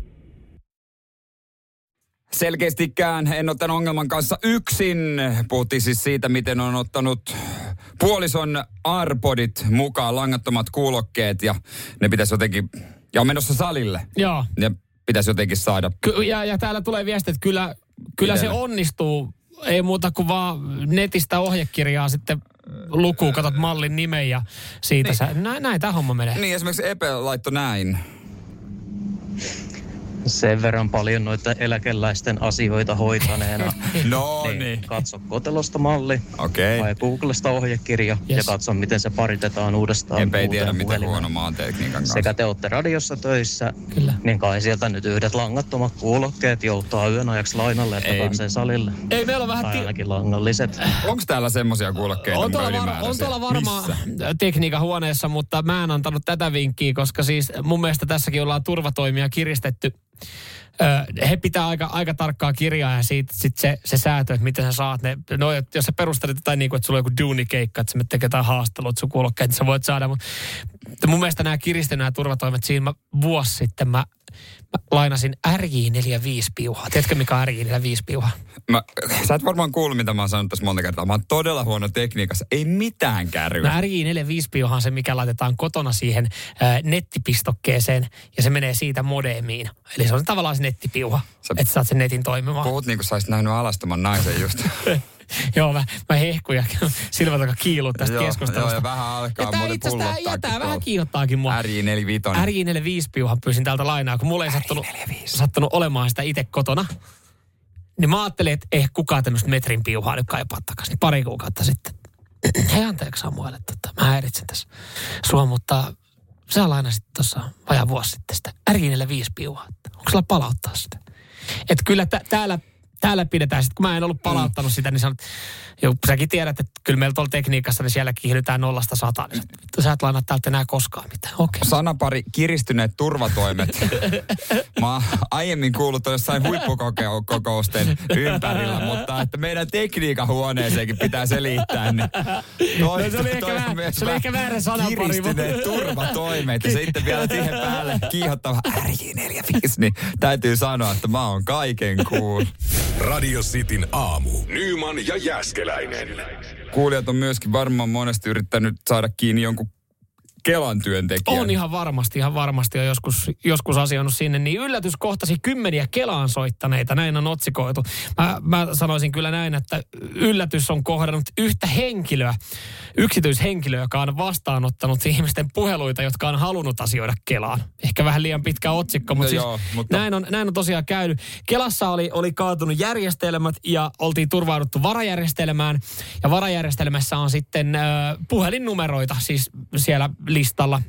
Selkeästikään en ole tämän ongelman kanssa yksin. Puhuttiin siis siitä, miten on ottanut puolison AirPodit mukaan, langattomat kuulokkeet, ja ne pitäisi jotenkin, ja on menossa salille. Joo. Ne pitäisi jotenkin saada. Ky- ja, ja täällä tulee viesti, että kyllä, kyllä se onnistuu. Ei muuta kuin vaan netistä ohjekirjaa sitten lukuun, katsot mallin nimen ja siitä niin. sä, näin, näin tämä homma menee. Niin, esimerkiksi Epe laittoi näin. Sen verran paljon noita eläkeläisten asioita hoitaneena. No niin. niin. Katso kotelosta malli. Okei. Okay. Vai Googlesta ohjekirja. Yes. Ja katso, miten se paritetaan uudestaan. Enpä ei tiedä, miten huono mä oon tekniikan kanssa. Sekä te olette radiossa töissä. Kyllä. Niin kai sieltä nyt yhdet langattomat kuulokkeet joutaa yön ajaksi lainalle, että pääsee salille. Ei, meillä on vähän... Tai ainakin langalliset. Onko täällä semmoisia kuulokkeita? On tuolla, var, on tuolla varmaan tekniikan huoneessa, mutta mä en antanut tätä vinkkiä, koska siis mun mielestä tässäkin ollaan turvatoimia kiristetty. He pitää aika, aika tarkkaa kirjaa ja siitä sit se, se säätö, että miten sä saat ne. No, jos sä perustelet jotain niin kuin, että sulla on joku duunikeikka, että sä tekee jotain haastelua, että sun kuulokkeet, niin sä voit saada. Mutta mun mielestä nämä kiristynä nämä turvatoimet, siinä mä, vuosi sitten mä, mä lainasin R J neljäkymmentäviisi piuhaa. Tiedätkö mikä on R J neljäkymmentäviisi piuhaa? Mä, sä et varmaan kuullut, mitä mä oon sanonut tässä monta kertaa. Mä oon todella huono tekniikassa. Ei mitään kärryä. No R J neljäkymmentäviisi piuhaa on se, mikä laitetaan kotona siihen äh, nettipistokkeeseen ja se menee siitä modemiin. Eli se on tavallaan se nettipiuha, sä, että saat sen netin toimimaan. Puhut niin kuin sä olisit nähnyt alastoman naisen just. Joo, mä, mä hehkun ja silmät alkaa kiilua tästä joo, keskustelusta. Joo, ja vähän alkaa muuten pullottaa. Ja tää vähän kiihottaakin mua. R J neljäkymmentäviisi. R J neljäkymmentäviisi piuhan pyysin täältä lainaa, kun mulla ei sattunut, sattunut olemaan sitä itse kotona. Niin mä ajattelin, että ei kukaan tämmöistä metrin piuhaa nyt kaipaa takaisin. Niin pari kuukautta sitten. Hei anteeksi Samuel, että mä häiritsen tässä sua, mutta sä lainasit tuossa vajaa vuosi sitten sitä R J neljäkymmentäviisi piuhaa. Onko sulla palauttaa sitä? Että kyllä t- täällä... Täällä pidetään sitten, kun mä en ollut palauttanut sitä, niin sanot, jo, säkin tiedät, että kyllä meillä tuolla tekniikassa, niin siellä kiihdytään nollasta sataan. Niin sä et lainaa täältä enää koskaan mitään. Okay. Sanapari kiristyneet turvatoimet. Mä oon aiemmin kuullut jossain huippukokousten ympärillä, mutta että meidän tekniikan huoneeseenkin pitää selittää. Niin toi, no, se oli ehkä, väär, se oli ehkä väärä sanapari. Kiristyneet turvatoimet ja sitten vielä siihen päälle kiihottava R J neljäkymmentäviisi, niin täytyy sanoa, että mä oon kaiken cool. Radio Cityn aamu. Nyman ja Jääskeläinen. Kuulijat on myöskin varmaan monesti yrittänyt saada kiinni jonkun Kelan työntekijän. On ihan varmasti, ihan varmasti on joskus, joskus asioinut sinne. Niin yllätys kohtasi kymmeniä Kelaan soittaneita, näin on otsikoitu. Mä, mä sanoisin kyllä näin, että yllätys on kohdannut yhtä henkilöä, yksityishenkilöä, joka on vastaanottanut ihmisten puheluita, jotka on halunnut asioida Kelaan. Ehkä vähän liian pitkä otsikko, mutta, no siis joo, mutta... Näin, on, näin on tosiaan käynyt. Kelassa oli, oli kaatunut järjestelmät ja oltiin turvauduttu varajärjestelmään. Ja varajärjestelmässä on sitten äh, puhelinnumeroita, siis siellä listalla,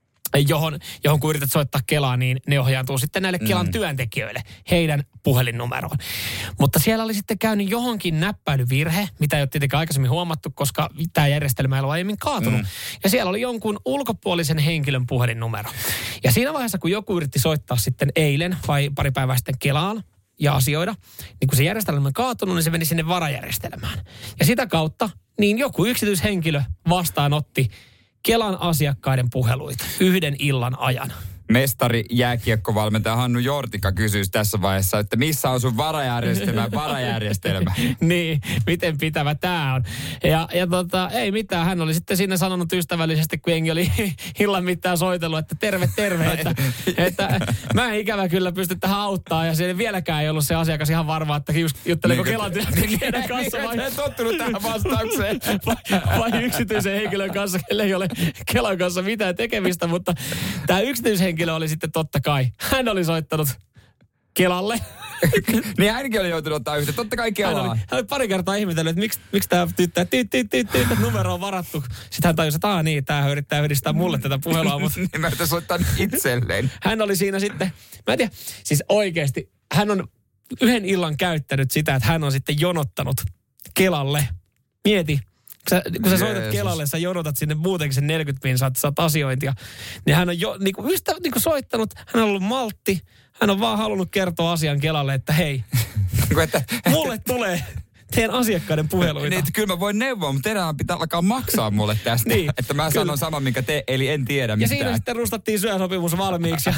johon, johon kun yrität soittaa Kelaa, niin ne ohjaantuu sitten näille Kelan mm. työntekijöille, heidän puhelinnumeroon. Mutta siellä oli sitten käynyt johonkin näppäilyvirhe, mitä ei ole tietenkään aikaisemmin huomattu, koska tämä järjestelmä ei ole aiemmin kaatunut. Mm. Ja siellä oli jonkun ulkopuolisen henkilön puhelinnumero. Ja siinä vaiheessa, kun joku yritti soittaa sitten eilen vai pari päivää sitten Kelaan ja asioida, niin kun se järjestelmä on kaatunut, niin se meni sinne varajärjestelmään. Ja sitä kautta niin joku yksityishenkilö vastaanotti Kelan asiakkaiden puheluita yhden illan ajan. Mestari jääkiekkovalmentaja Hannu Jortika kysyisi tässä vaiheessa, että missä on sun varajärjestelmä ja varajärjestelmä? Niin, miten pitävä tää on. Ja, ja tota, ei mitään, hän oli sitten siinä sanonut ystävällisesti, kun jengi oli illan mittaan soitellut, että terve, terve, että, että mä en ikävä kyllä pysty tähän auttaa. Ja siellä vieläkään ei ollut se asiakas ihan varma, että just jutteliko Kelan työntekijän kanssa vai... Niin, tottunut tähän vastaukseen. Vai, vai yksityisen henkilön kanssa, kelle ei ole Kelan kanssa mitään tekemistä, mutta tämä yksityishenkilö oli sitten totta kai. Hän oli soittanut Kelalle. Niin hänkin oli joutunut ottaa yhteen. Totta kai Kelaa. Hän oli, hän oli pari kertaa ihmetellyt, että miksi, miksi tämä tyttää, tyt, tyt, tyt, tyt, numero on varattu. Sitten hän tajusi, että aah niin, tämä yrittää yhdistää mulle tätä puhelua. Mutta niin mä yritän soittaa itselleen. Hän oli siinä sitten, mä en tiedä, siis oikeasti, hän on yhden illan käyttänyt sitä, että hän on sitten jonottanut Kelalle. Mieti. Kun sä, kun sä soitat Kelalle, sä jonotat sinne muutenkin sen neljäkymmentä min, saat, saat asiointia. Niin hän on jo niin kuin ystä, niin kuin soittanut, hän on ollut maltti. Hän on vaan halunnut kertoa asian Kelalle, että hei, että, mulle tulee teidän asiakkaiden puheluita. Niin, että kyllä mä voin neuvoa, mutta teidän pitää alkaa maksaa mulle tästä. Niin, että mä kyllä sanon saman, minkä te, eli en tiedä mitään. Ja siinä sitten rustattiin syösopimus valmiiksi. Ja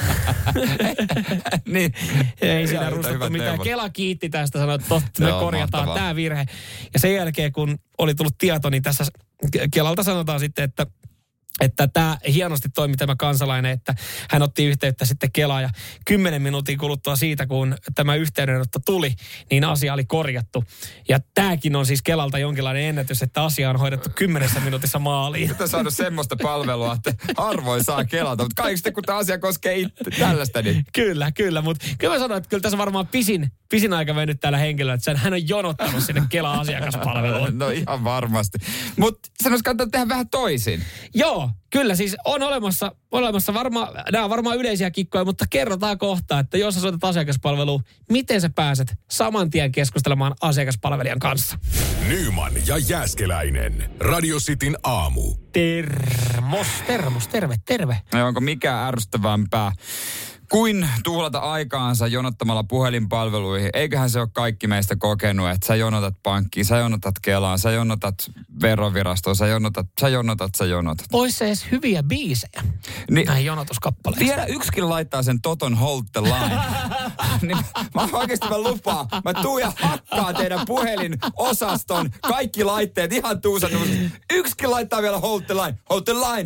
niin. Ei siinä rustattu mitään. Neuvot. Kela kiitti tästä, sanoi, että totta, me korjataan tämä virhe. Ja sen jälkeen, kun oli tullut tieto, niin tässä Kelalta sanotaan sitten, että että tämä hienosti toimi tämä kansalainen, että hän otti yhteyttä sitten Kelaan ja kymmenen minuutin kuluttua siitä, kun tämä yhteydenotto tuli, niin asia oli korjattu. Ja tämäkin on siis Kelalta jonkinlainen ennätys, että asia on hoidettu kymmenessä minuutissa maaliin. Nyt on saanut semmoista palvelua, että harvoin saa Kelalta, mutta kaikki sitten kun tämä asia koskee itse, tällaista niin. Kyllä, kyllä, mutta kyllä mä sanoin, että kyllä tässä on varmaan pisin, pisin aika mennyt täällä henkilöllä, että hän on jonottanut sinne Kelan asiakaspalveluun. No ihan varmasti. Mutta sen olisi kannattaa tehdä vähän toisin. Joo. Kyllä, siis on olemassa, olemassa varmaan, nämä on varmaan yleisiä kikkoja, mutta kerrotaan kohta, että jos sä soitat asiakaspalveluun, miten sä pääset saman tien keskustelemaan asiakaspalvelijan kanssa. Nyman ja Jääskeläinen. Radio Cityn aamu. Termos, termos, terve, terve. No, onko mikään ärsyttävämpää kuin tuhlata aikaansa jonottamalla puhelinpalveluihin? Eiköhän se ole kaikki meistä kokenut, että sä jonotat pankkiin, sä jonotat Kelaan, sä jonotat verovirastoon, sä jonotat, sä jonotat, sä jonotat. Ois se edes hyviä biisejä niin, näihin jonotuskappaleisiin. Vielä yksikin laittaa sen Toton Hold the Line. Niin mä oikeasti mä lupaan, mä tuun ja hakkaan teidän puhelinosaston kaikki laitteet ihan tuusannuus. Yksikin laittaa vielä Hold the Line, Hold the Line.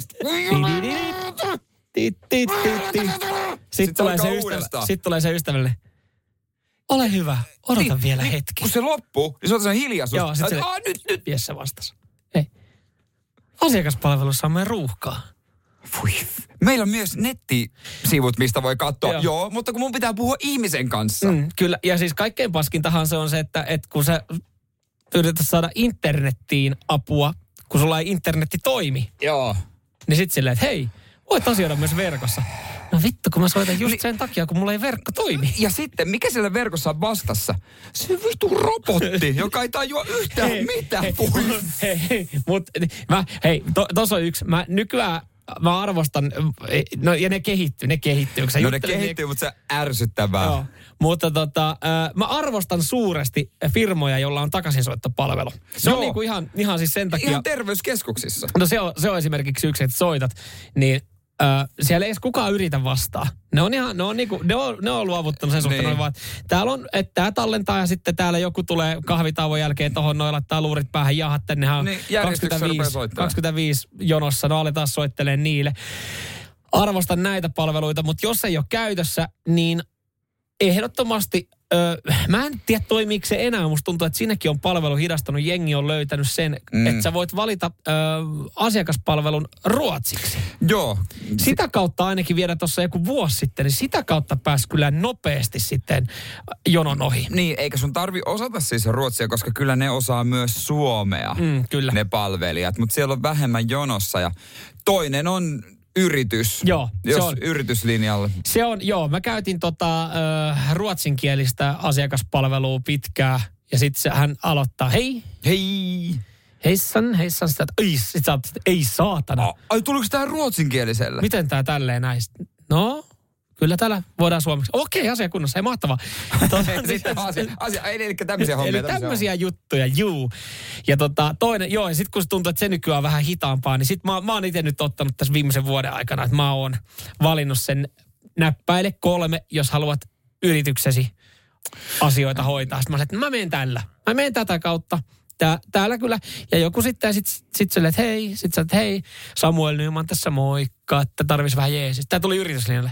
Sitten tulee, se ystävä, sit tulee se ystävällinen. Ole hyvä, odota niin, vielä niin, hetki. Kun se loppuu, niin se on se hiljaisuus. Joo, sit se, Aa, nyt, nyt. Jesse vastasi. Ei. Asiakaspalvelussa on meidän ruuhkaa. Fui. Meillä on myös nettisivut, mistä voi katsoa. Joo. Joo, mutta kun mun pitää puhua ihmisen kanssa. Mm, kyllä, ja siis kaikkein paskintahan se on se, että, että kun sä yrität saada internettiin apua, kun sulla ei internetti toimi. Joo. Niin sit silleen, että hei, voit asioida myös verkossa. No vittu, kun mä soitan just sen takia, kun mulla ei verkko toimi. Ja sitten, mikä siellä verkossa on vastassa? Se vittu robotti, joka ei tajua yhtään hei, mitään. Hei, hei, hei, mut, mä, hei, to, tos on yksi. Mä nykyään, mä arvostan, no ja ne kehittyy, ne kehittyy. No ne kehittyy, mutta se ärsyttävää. Joo, mutta tota, äh, mä arvostan suuresti firmoja, joilla on takaisinsoittopalvelu. Se Joo. on niinku ihan, ihan siis sen takia. Ihan terveyskeskuksissa. No se on, se on esimerkiksi yksi, että soitat, niin Ö, siellä ei edes kukaan yritä vastaa. Ne on ihan, ne on, niinku, ne on, ne on luovuttanut sen suhteen, niin. Vaan, täällä on, että tää tallentaa ja sitten täällä joku tulee kahvitauon jälkeen tohon noin laittaa luurit päähän, jahat, tännehän on niin, kaksikymmentäviisi, kaksikymmentäviisi jonossa, no aletaan soittelemaan niille. Arvostan näitä palveluita, mutta jos ei ole käytössä, niin ehdottomasti, öö, mä en tiedä toimiiko se enää, musta tuntuu, että siinäkin on palvelu hidastanut, jengi on löytänyt sen, mm. että sä voit valita öö, asiakaspalvelun ruotsiksi. Joo. Sitä kautta ainakin vielä tuossa joku vuosi sitten, niin sitä kautta pääsi kyllä nopeasti sitten jonon ohi. Niin, eikä sun tarvi osata siis ruotsia, koska kyllä ne osaa myös suomea, mm, kyllä. ne palvelijat, mutta siellä on vähemmän jonossa ja toinen on yritys, joo, jos se on, yrityslinjalle. Se on, joo. Mä käytin tota, äh, ruotsinkielistä asiakaspalvelua pitkään ja sitten hän aloittaa, hei. Hei. Heissan, heissan sitä, ei, sit sä oot, ei saatana. Oh, ai tuliko tää ruotsinkieliselle? Miten tää tälleen näistä? No, kyllä täällä voidaan suomeksi. Okei, asia kunnossa, ei mahtavaa. Sitten asia, asia, eli tämmöisiä hommia. Eli tämmöisiä juttuja, juu. Ja tota, toinen, joo, ja sitten kun se tuntuu, että se nykyään on vähän hitaampaa, niin sitten mä, mä oon itse nyt ottanut tässä viimeisen vuoden aikana, että mä oon valinnut sen näppäile kolme, jos haluat yrityksesi asioita hoitaa. Sitten mä sanoin, että mä menen tällä. Mä menen tätä kautta. Tää, täällä kyllä. Ja joku sitten sit, sit sille, että hei, sit sä, että hei, Samuel Nyman tässä moikka, että tarvitsisi vähän jeesistä. Tää tuli yrityslinjalle.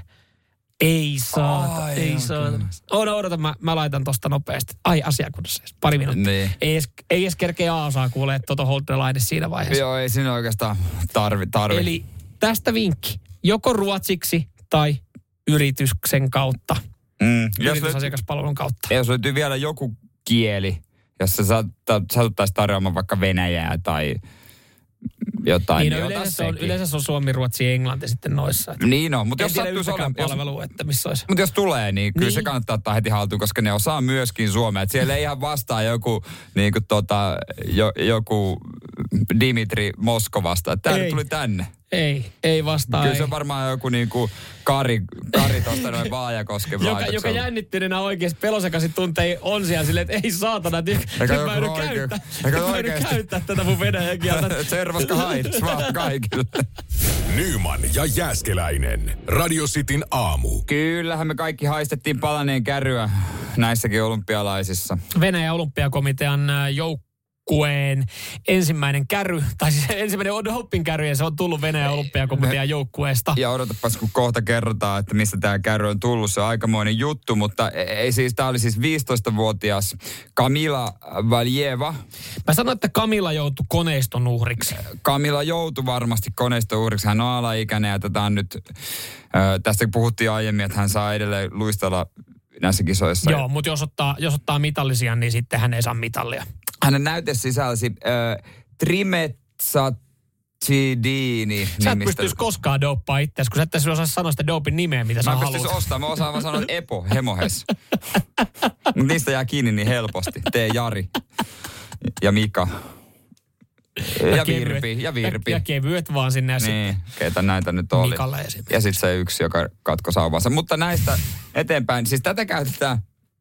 Ei saata, ai, ei saata. Oota, odota, mä, mä laitan tosta nopeasti. Ai, asiakunnassa, pari minuuttia. Niin. Ei edes, ei edes kerkeä A-osaa kuulee Toto Hold the Line siinä vaiheessa. Joo, ei siinä oikeastaan tarvi, tarvi. Eli tästä vinkki. Joko ruotsiksi tai yrityksen kautta. Mm. Yritysasiakaspalvelun kautta. Jos löytyy vielä joku kieli, jos sä satuttaisiin tarjoamaan vaikka venäjää tai jotain. Niin, no, yleensä, se on, yleensä se on suomi, ruotsi ja englanti sitten noissa. Että niin on, mutta jos sattuisi olemaan palvelua, että missä olisi. Mutta jos tulee, niin kyllä niin. Se kannattaa ottaa heti haltuun, koska ne osaa myöskin suomea. Että siellä ei ihan vastaa joku, niin kuin tota, jo, joku Dimitri Moskovasta, että tämä tuli tänne. Ei, ei vastaa. Kyllä ei. se on varmaan joku niinku Kari, Kari tosta noin Vaajakosken joka, joka jännittyneenä oikeasti pelosekaisin tuntei on siellä silleen, että ei saatana, että nyt mä yritän käyttää, mä yritän käyttää tätä mun venäjän kieltä. Servaska haids vaan kaikille. Nyman ja Jääskeläinen. Radio Cityn aamu. Kyllähän me kaikki haistettiin palaneen kärryä näissäkin olympialaisissa. Venäjän olympiakomitean joukko. Kueen ensimmäinen kärry, tai siis ensimmäinen doping kärry, ja se on tullut Venäjän olympiakomitean joukkueesta. Ja odotapas, kun kohta kerrotaan, että mistä tämä kärry on tullut, se on aikamoinen juttu, mutta ei siis, tämä oli siis viisitoistavuotias Kamila Valjeva. Mä sanoin, että Kamila joutui koneiston uhriksi. Kamila joutui varmasti koneiston uhriksi, hän on alaikäinen, ja tätä on nyt, äh, tästä puhuttiin aiemmin, että hän saa edelleen luistella näissä kisoissa. Joo, mutta jos ottaa, jos ottaa mitallisia, niin sitten hän ei saa mitallia. Hänen näyte sisälsi äh, trimetsacidiini. Sä et pystyisi koskaan doppaa itseäsi, kun sä et osaa sanoa sitä dopin nimeä, mitä mä sä haluat. Mä pystyisin ostamaan, mä osaan vaan sanoa Epo, hemohes. Mutta niistä jää kiinni niin helposti. Tee Jari ja Mika. Ja, ja Virpi. Ja Virpi. Ja, ja kevyet vaan sinne. Ja niin, keitä näitä nyt oli. Mikalle esimerkiksi. Ja sitten se yksi, joka katko sauvansa. Mutta näistä eteenpäin, siis tätä käytetään.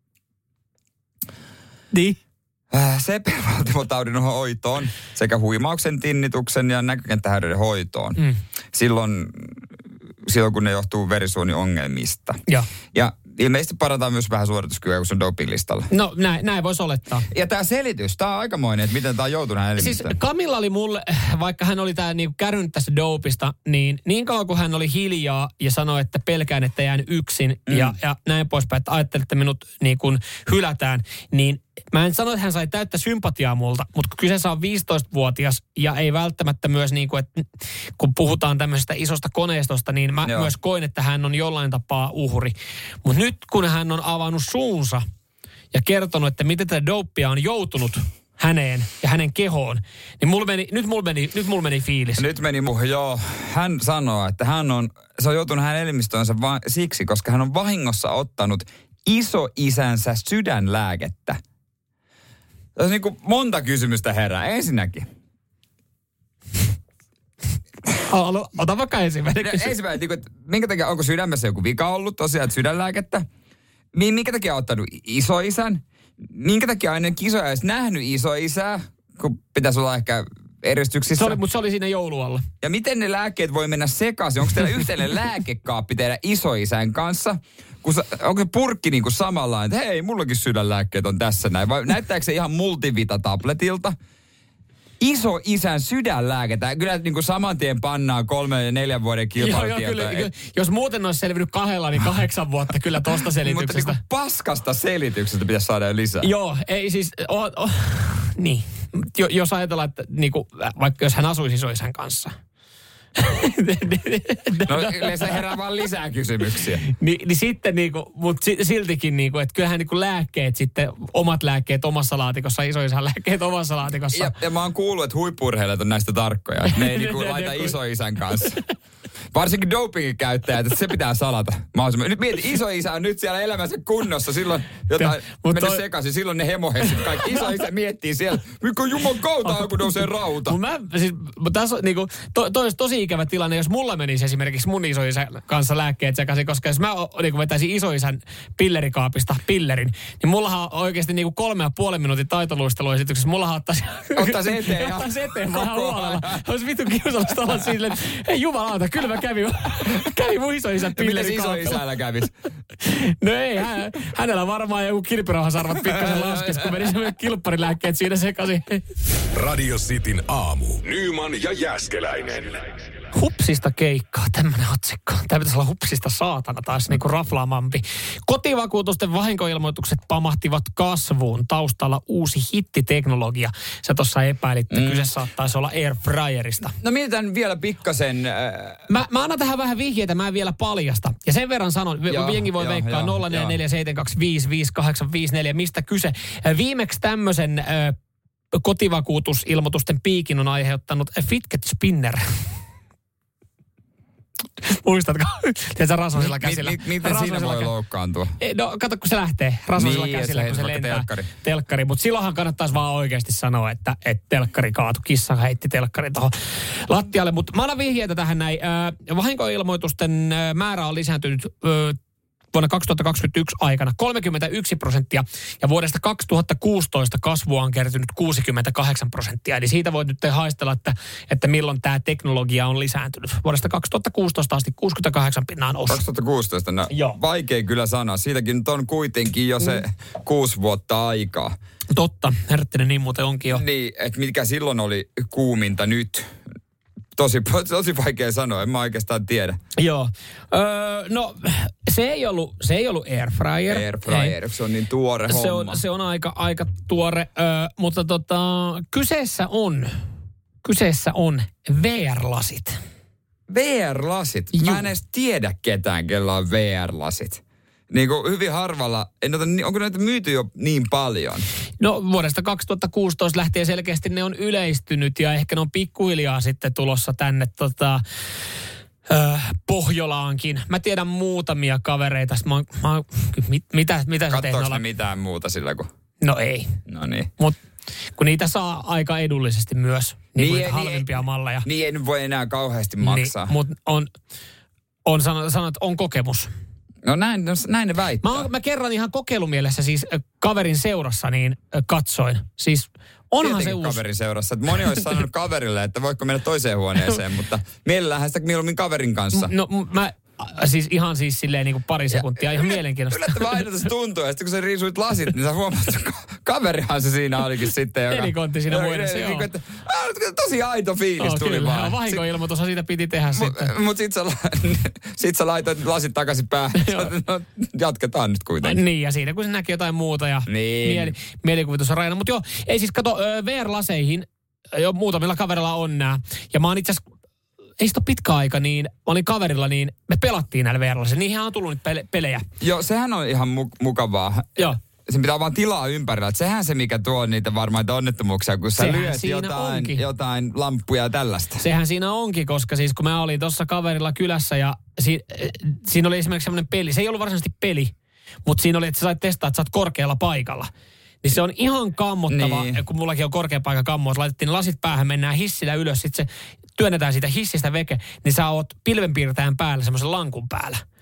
Niin. Sepelvaltimotaudin hoitoon sekä huimauksen, tinnituksen ja näkökenttähäiriöiden hoitoon. Mm. Silloin, silloin, kun ne johtuu verisuoniongelmista. Ja, ja ilmeisesti parataan myös vähän suorituskykyä, kun se on dopinglistalla. No näin, näin voisi olettaa. Ja tämä selitys, tämä on aikamoinen, että miten tämä on joutunut hänen Siis Kamilla oli mulle, vaikka hän oli tää niinku kärrynyt tästä dopista, niin niin kauan kuin hän oli hiljaa ja sanoi, että pelkään, että jään yksin mm. ja, ja näin poispäin, että ajattelin, että minut niin kuin hylätään, niin mä en sano, että hän sai täyttä sympatiaa multa, mutta kun kyseessä on viisitoistavuotias ja ei välttämättä myös niin kuin, että kun puhutaan tämmöisestä isosta koneistosta, niin mä Joo. myös koin, että hän on jollain tapaa uhri. Mutta nyt kun hän on avannut suunsa ja kertonut, että miten tätä dopia on joutunut häneen ja hänen kehoon, niin mulla meni, nyt, mulla meni, nyt mulla meni fiilis. Nyt meni muuhun, joo. Hän sanoo, että hän on, se on joutunut hänen elimistöönsä vaan siksi, koska hän on vahingossa ottanut isoisänsä sydänlääkettä. Tässä niin kuin monta kysymystä herää. Ensinnäkin. Ota vaikka ensimmäinen kysymys. Ensimmäinen, niin kuin, että minkä takia, onko sydämessä joku vika ollut tosiaan, että sydänlääkettä? Minkä takia on ottanut isoisän? Minkä takia on ennen kisoja edes nähnyt isoisää, kun pitäisi olla ehkä eristyksissä. Se oli, mutta se oli siinä joulualla. Ja miten ne lääkkeet voi mennä sekaisin? Onko teillä yhteinen lääkekaappi teidän isoisän kanssa? Kun sa, onko se purkki niin kuin samalla, että hei, mullakin sydänlääkkeet on tässä näin. Vai näyttääkö se ihan multivita-tabletilta? Iso isän sydänlääketä. Kyllä niin kuin saman tien pannaan kolme ja neljän vuoden kilpailutietoja. Jos muuten olisi selvinnyt kahdella, niin kahdeksan vuotta kyllä tosta selityksestä. Mutta niin paskasta selityksestä pitäisi saada jo lisää. Joo, ei siis... Oh, oh, niin. Jo, jos ajatellaan, että niin kuin, vaikka jos hän asuisi isoisän kanssa... No yleensä herää vaan lisää kysymyksiä. Ni, niin sitten niinku, mutta siltikin niinku, että kyllähän niinku lääkkeet sitten, omat lääkkeet omassa laatikossa, isoisän lääkkeet omassa laatikossa. Ja, ja mä oon kuullut, että huippu-urheilijat on näistä tarkkoja. Ne ei niinku laita isoisän kanssa. Varsinkin dopingin käyttäjät, että se pitää salata. Nyt mieti, isoisä on nyt siellä elämänsä kunnossa, silloin jotain mennyt toi... sekaisin, silloin ne hemohesit kaikki. Isoisä miettii siellä, mikä juman kautta kun nousee rauta. Mä, siis, tässä on niinku, to, toi olisi tosi ikävä tilanne, jos mulla menisi esimerkiksi mun isoisän kanssa lääkkeet sekaisin, koska jos mä niinku vetäisin isoisän pillerikaapista pillerin, niin mullahan on oikeasti niinku kolme ja puolen minuutin taitoluisteluesityksessä, mullahan ottaisi... Ottaisi eteen. Ottaisi eteen vähän huolella. Olisi vittu kiusallista olla silleen, että ei jumalauta, kyllä mä kävin, kävin mun isoisän pillerikaapilla. Mites isoisällä kävis? No ei, hän, hänellä varmaan joku kilpirauhasarvat pikkasen laskesi, kun meni semmoinen kilpparilääkkeet siinä sekaisin. Radio Cityn aamu. Nyman ja Jääskeläinen. Hupsista keikkaa, tämmönen otsikko. Tämä pitäisi olla hupsista saatana taas niinku raflaamampi. Kotivakuutusten vahinkoilmoitukset pamahtivat kasvuun. Taustalla uusi hittiteknologia. Sä tuossa epäilit, että mm. kyse saattaisi olla airfryerista. No mietitään vielä pikkasen. Äh... Mä, mä annan tähän vähän vihjeitä, mä en vielä paljasta. Ja sen verran sanon, jengi voi veikkaa nolla neljä neljä seitsemän kaksi viisi viisi kahdeksan viisi neljä, mistä kyse. Viimeksi tämmöisen äh, kotivakuutusilmoitusten piikin on aiheuttanut Fidget Spinner. Muistatko? Tiedätkö rasvasilla käsillä? Mi, mi, miten siinä voi kä- loukkaantua? No kato, kun se lähtee rasvasilla niin, käsillä, se kun se lentää. Telkkari. telkkari. Mutta silloinhan kannattaisi vaan oikeasti sanoa, että, että telkkari kaatui. Kissa heitti telkkarin tuohon lattialle. Mutta mä annan vihjeitä tähän näin. Äh, vahinkoilmoitusten äh, määrä on lisääntynyt äh, vuonna kaksituhattakaksikymmentäyksi aikana kolmekymmentäyksi prosenttia ja vuodesta kaksituhattakuusitoista kasvua on kertynyt kuusikymmentäkahdeksan prosenttia. Eli siitä voit nyt haistella, että, että milloin tämä teknologia on lisääntynyt. Vuodesta kaksituhattakuusitoista asti kuusikymmentäkahdeksan pinnaa noussut. kaksituhattakuusitoista, no Joo. Vaikea kyllä sanoa. Siitäkin nyt on kuitenkin jo se mm. kuusi vuotta aikaa. Totta, herttinen niin muuten onkin jo. Niin, että mikä silloin oli kuuminta nyt. Tosi, tosi vaikea sanoa, en mä oikeastaan tiedä. Joo. Öö, no, se ei ollut, se ei ollut airfryer. Airfryer, se on niin tuore se homma. On, se on aika, aika tuore, öö, mutta tota, kyseessä on, kyseessä on V R-lasit. V R-lasit? Mä en edes tiedä ketään, kellä on V R-lasit. Niin kuin hyvin harvalla, en ota, onko näitä myyty jo niin paljon? No vuodesta kaksituhattakuusitoista lähtien selkeästi ne on yleistynyt ja ehkä ne on pikkuhiljaa sitten tulossa tänne tota, äh, Pohjolaankin. Mä tiedän muutamia kavereita. Mä, mä, mit, mitä, mitä sä teet? Katsoiko ne mitään muuta sillä kuin? No ei. No niin. Mut kun niitä saa aika edullisesti myös, niin, niin halvempia niin, malleja. Niin ei nyt voi enää kauheasti maksaa. Niin, mutta on, on sanonut, että on kokemus. No näin, no, näin ne väittää. Mä, mä kerran ihan kokeilumielessä siis äh, kaverin seurassa niin äh, katsoin. Siis onhan Tietenkin se uusi. Kaverin seurassa. Että moni olisi sanonut kaverille, että voiko mennä toiseen huoneeseen, mutta mielellähän sitä mieluummin kaverin kanssa. No mä siis ihan siis silleen niin kuin pari sekuntia, ja ihan yl- mielenkiintoista. Yllättävän aina se tuntuu, ja sitten kun sä riisuit lasit, niin sä huomaat, että kaverihan se siinä olikin sitten. Joka... Nelikontti siinä muodossa, joo. Niin, että, tosi aito fiilis no, tuli kyllä, vaan. vahinkoilmoitus siitä piti tehdä M- sitten. Mutta sit sä, sit sä laitoit lasit takaisin päähän. No, jatketaan nyt kuitenkin. Niin, ja siinä kun se näki jotain muuta ja niin. mieli, mielikuvitus on rajana. Mutta joo, ei siis kato, V R-laseihin, jo muutamilla kaverilla on nää. Ja mä oon itse asiassa ei sitä ole pitkä aika, niin mä olin kaverilla, niin me pelattiin näillä V R-laseilla. Niihin on tullut nyt pele- pelejä. Joo, sehän on ihan mu- mukavaa. Joo. Sen pitää vaan tilaa ympärillä. Että sehän se, mikä tuo niitä varmaan onnettomuuksia, kun sä sehän lyöt jotain, jotain lamppuja ja tällaista. Sehän siinä onkin, koska siis kun mä olin tuossa kaverilla kylässä ja si- siinä oli esimerkiksi semmoinen peli. Se ei ollut varsinaisesti peli, mutta siinä oli, että sä sait testaa, että sä oot korkealla paikalla. Niin se on ihan kammottava, niin. Kun mullakin on korkea paikka kammoa, laitettiin ne lasit päähän, mennään hissillä ylös, sitten se työnnetään siitä hissistä veke, niin sä oot pilvenpiirtäjän päällä semmoisen lankun päällä.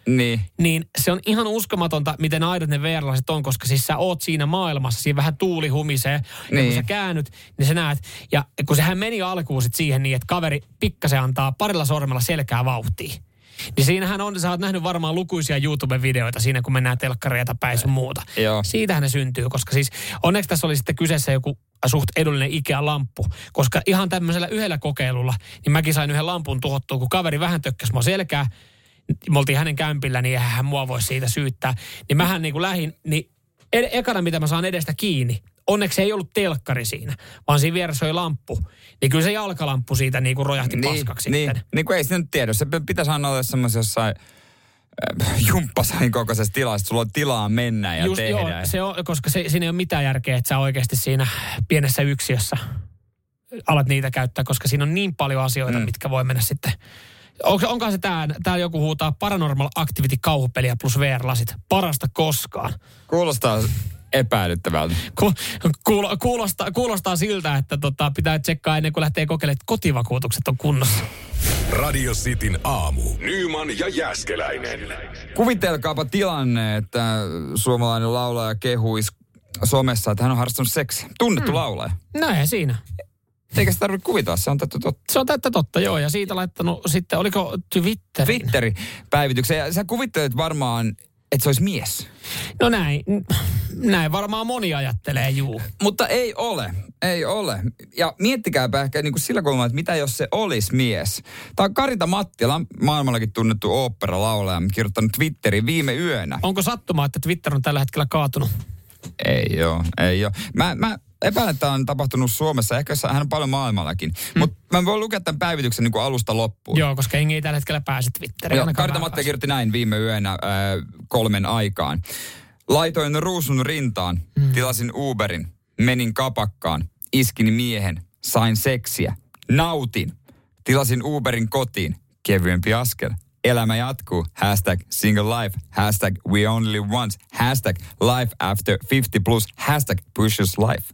Niin. Niin se on ihan uskomatonta, miten aidot ne V R-lasit on, koska siis sä oot siinä maailmassa, siinä vähän tuuli humisee. Niin. Ja kun sä käännyt, niin sä näet. Ja kun sehän meni alkuun sit siihen niin, että kaveri pikkasen antaa parilla sormella selkää vauhtia. Niin siinähän on, sä oot nähnyt varmaan lukuisia YouTube-videoita siinä, kun mennään telkkareita päin sun muuta. Joo. Siitähän ne syntyy, koska siis onneksi tässä oli sitten kyseessä joku suht edullinen Ikea-lamppu. Koska ihan tämmöisellä yhdellä kokeilulla, niin mäkin sain yhden lampun tuhottua, kun kaveri vähän tökkäsi mua selkää. Me oltiin hänen kämpillä, niin hän mua voisi siitä syyttää. Niin mähän niin kuin lähin, niin ed- ekana mitä mä saan edestä kiinni, onneksi ei ollut telkkari siinä, vaan siinä vieressä oli lamppu. Niin kyllä se jalkalamppu siitä niin kuin rojahti niin, paskaksi niin, sitten. niin kuin ei sitä nyt tiedä. Se pitäisi aina olla semmoisen jossain äh, jumppasain kokoisessa tilassa, sulla on tilaa mennä ja Just, tehdä. joo, se on, koska se, siinä ei ole mitään järkeä, että sä oikeasti siinä pienessä yksiössä alat niitä käyttää, koska siinä on niin paljon asioita, mm. mitkä voi mennä sitten. On, onkaan se tää, tää joku huutaa Paranormal Activity kauhupeliä plus V R-lasit. Parasta koskaan. Kuulostaa epäilyttävältä. Ku, kuulo, kuulostaa, kuulostaa siltä, että tota, pitää tsekkaa ennen kuin lähtee kokeilemaan, että kotivakuutukset on kunnossa. Radio Cityn aamu. Nyman ja Jääskeläinen. Kuvitelkaapa tilanne, että suomalainen laulaja kehuisi somessa, että hän on harrastanut seksiä. Tunnettu mm. laulaja. Näin siinä. Eikä sitä tarvitse kuvitella, se on täyttä totta. Se on täyttä totta, joo. Ja siitä laittanut sitten, oliko Twitterin? Twitteri päivityksen. Ja sä kuvittelet varmaan, että se olisi mies. No näin. Näin varmaan moni ajattelee, juu. Mutta ei ole. Ei ole. Ja miettikääpä ehkä niin kuin sillä kulmalla, että mitä jos se olisi mies. Tämä on Karita Mattila, maailmallakin tunnettu oopperalaulaja, kirjoittanut Twitteriin viime yönä. Onko sattumaa, että Twitter on tällä hetkellä kaatunut? Ei ole, ei ole. Mä, mä epäilen, että tämä on tapahtunut Suomessa. Ehkä hän on paljon maailmallakin. Mm. Mutta mä voin lukea tämän päivityksen niin kuin alusta loppuun. Joo, koska hengi ei tällä hetkellä pääse Twitteriin. Joo, Karita Mattila kirjoitti näin viime yönä äh, kolmen aikaan. Laitoin ruusun rintaan, mm. tilasin Uberin, menin kapakkaan, iskin miehen, sain seksiä, nautin, tilasin Uberin kotiin, kevyempi askel. Elämä jatkuu. Hashtag single life. Hashtag we only once. Hashtag life after fifty plus. Hashtag pushes life.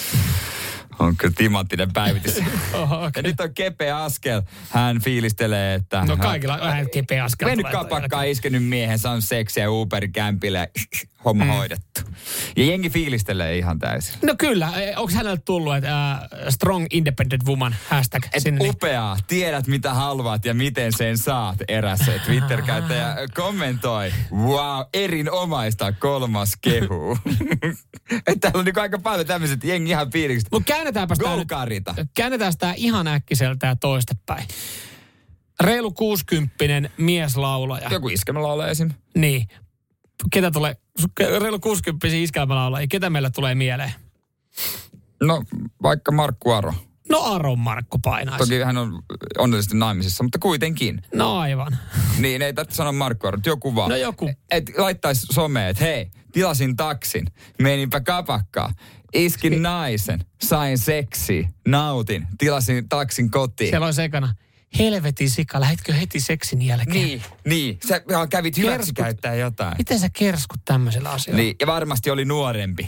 On kyllä timanttinen päivitys. Oho, okay. Ja nyt on kepeä askel. Hän fiilistelee, että... No kaikilla on vähän kepeä askel. Mennyt kapakkaan, iskenyt miehen, saanut seksiä Uberin kämpillä ja homma mm. hoidettu. Ja jengi fiilistelee ihan täysin. No kyllä. Onko hänelle tullut, että uh, strong independent woman hashtag et sinne? Upeaa. Tiedät mitä haluat ja miten sen saat. Eräs Twitter-käyttäjä kommentoi. Wow, erinomaista kolmas kehu. Täällä on niin aika paljon tämmöiset jengi ihan fiilikset. Mutta käännetäänpä Go-Karita. Käännetään sitä ihan äkkiseltä ja toistepäin. Reilu kuusikymppinen mieslaulaja. Joku iskelmälaulaja esim. Niin. Ketä tulee, reilu kuusikymppisiä iskelmälaulajia, ketä meillä tulee mieleen? No, vaikka Markku Aro. No Aron Markku painaisi. Toki hän on onnellisesti naimisissa, mutta kuitenkin. No aivan. Niin, ei tarvitse sanoa Markku Aro, joku vaan. No joku. Et laittaisi someen, että hei, tilasin taksin, meninpä kapakkaan, iskin naisen, sain seksiä, nautin, tilasin taksin kotiin. Siellä on sekana. Helvetin sika, lähdetkö heti seksin jälkeen? Niin, niin. Sä kävit hyväksi käyttää jotain. Miten sä kerskut tämmöisellä asialla? Niin, ja varmasti oli nuorempi.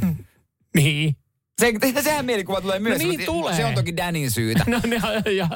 Niin. Se, sehän mielikuva tulee myös. No niin tulee. Se on toki Danin syytä. No ja, ja,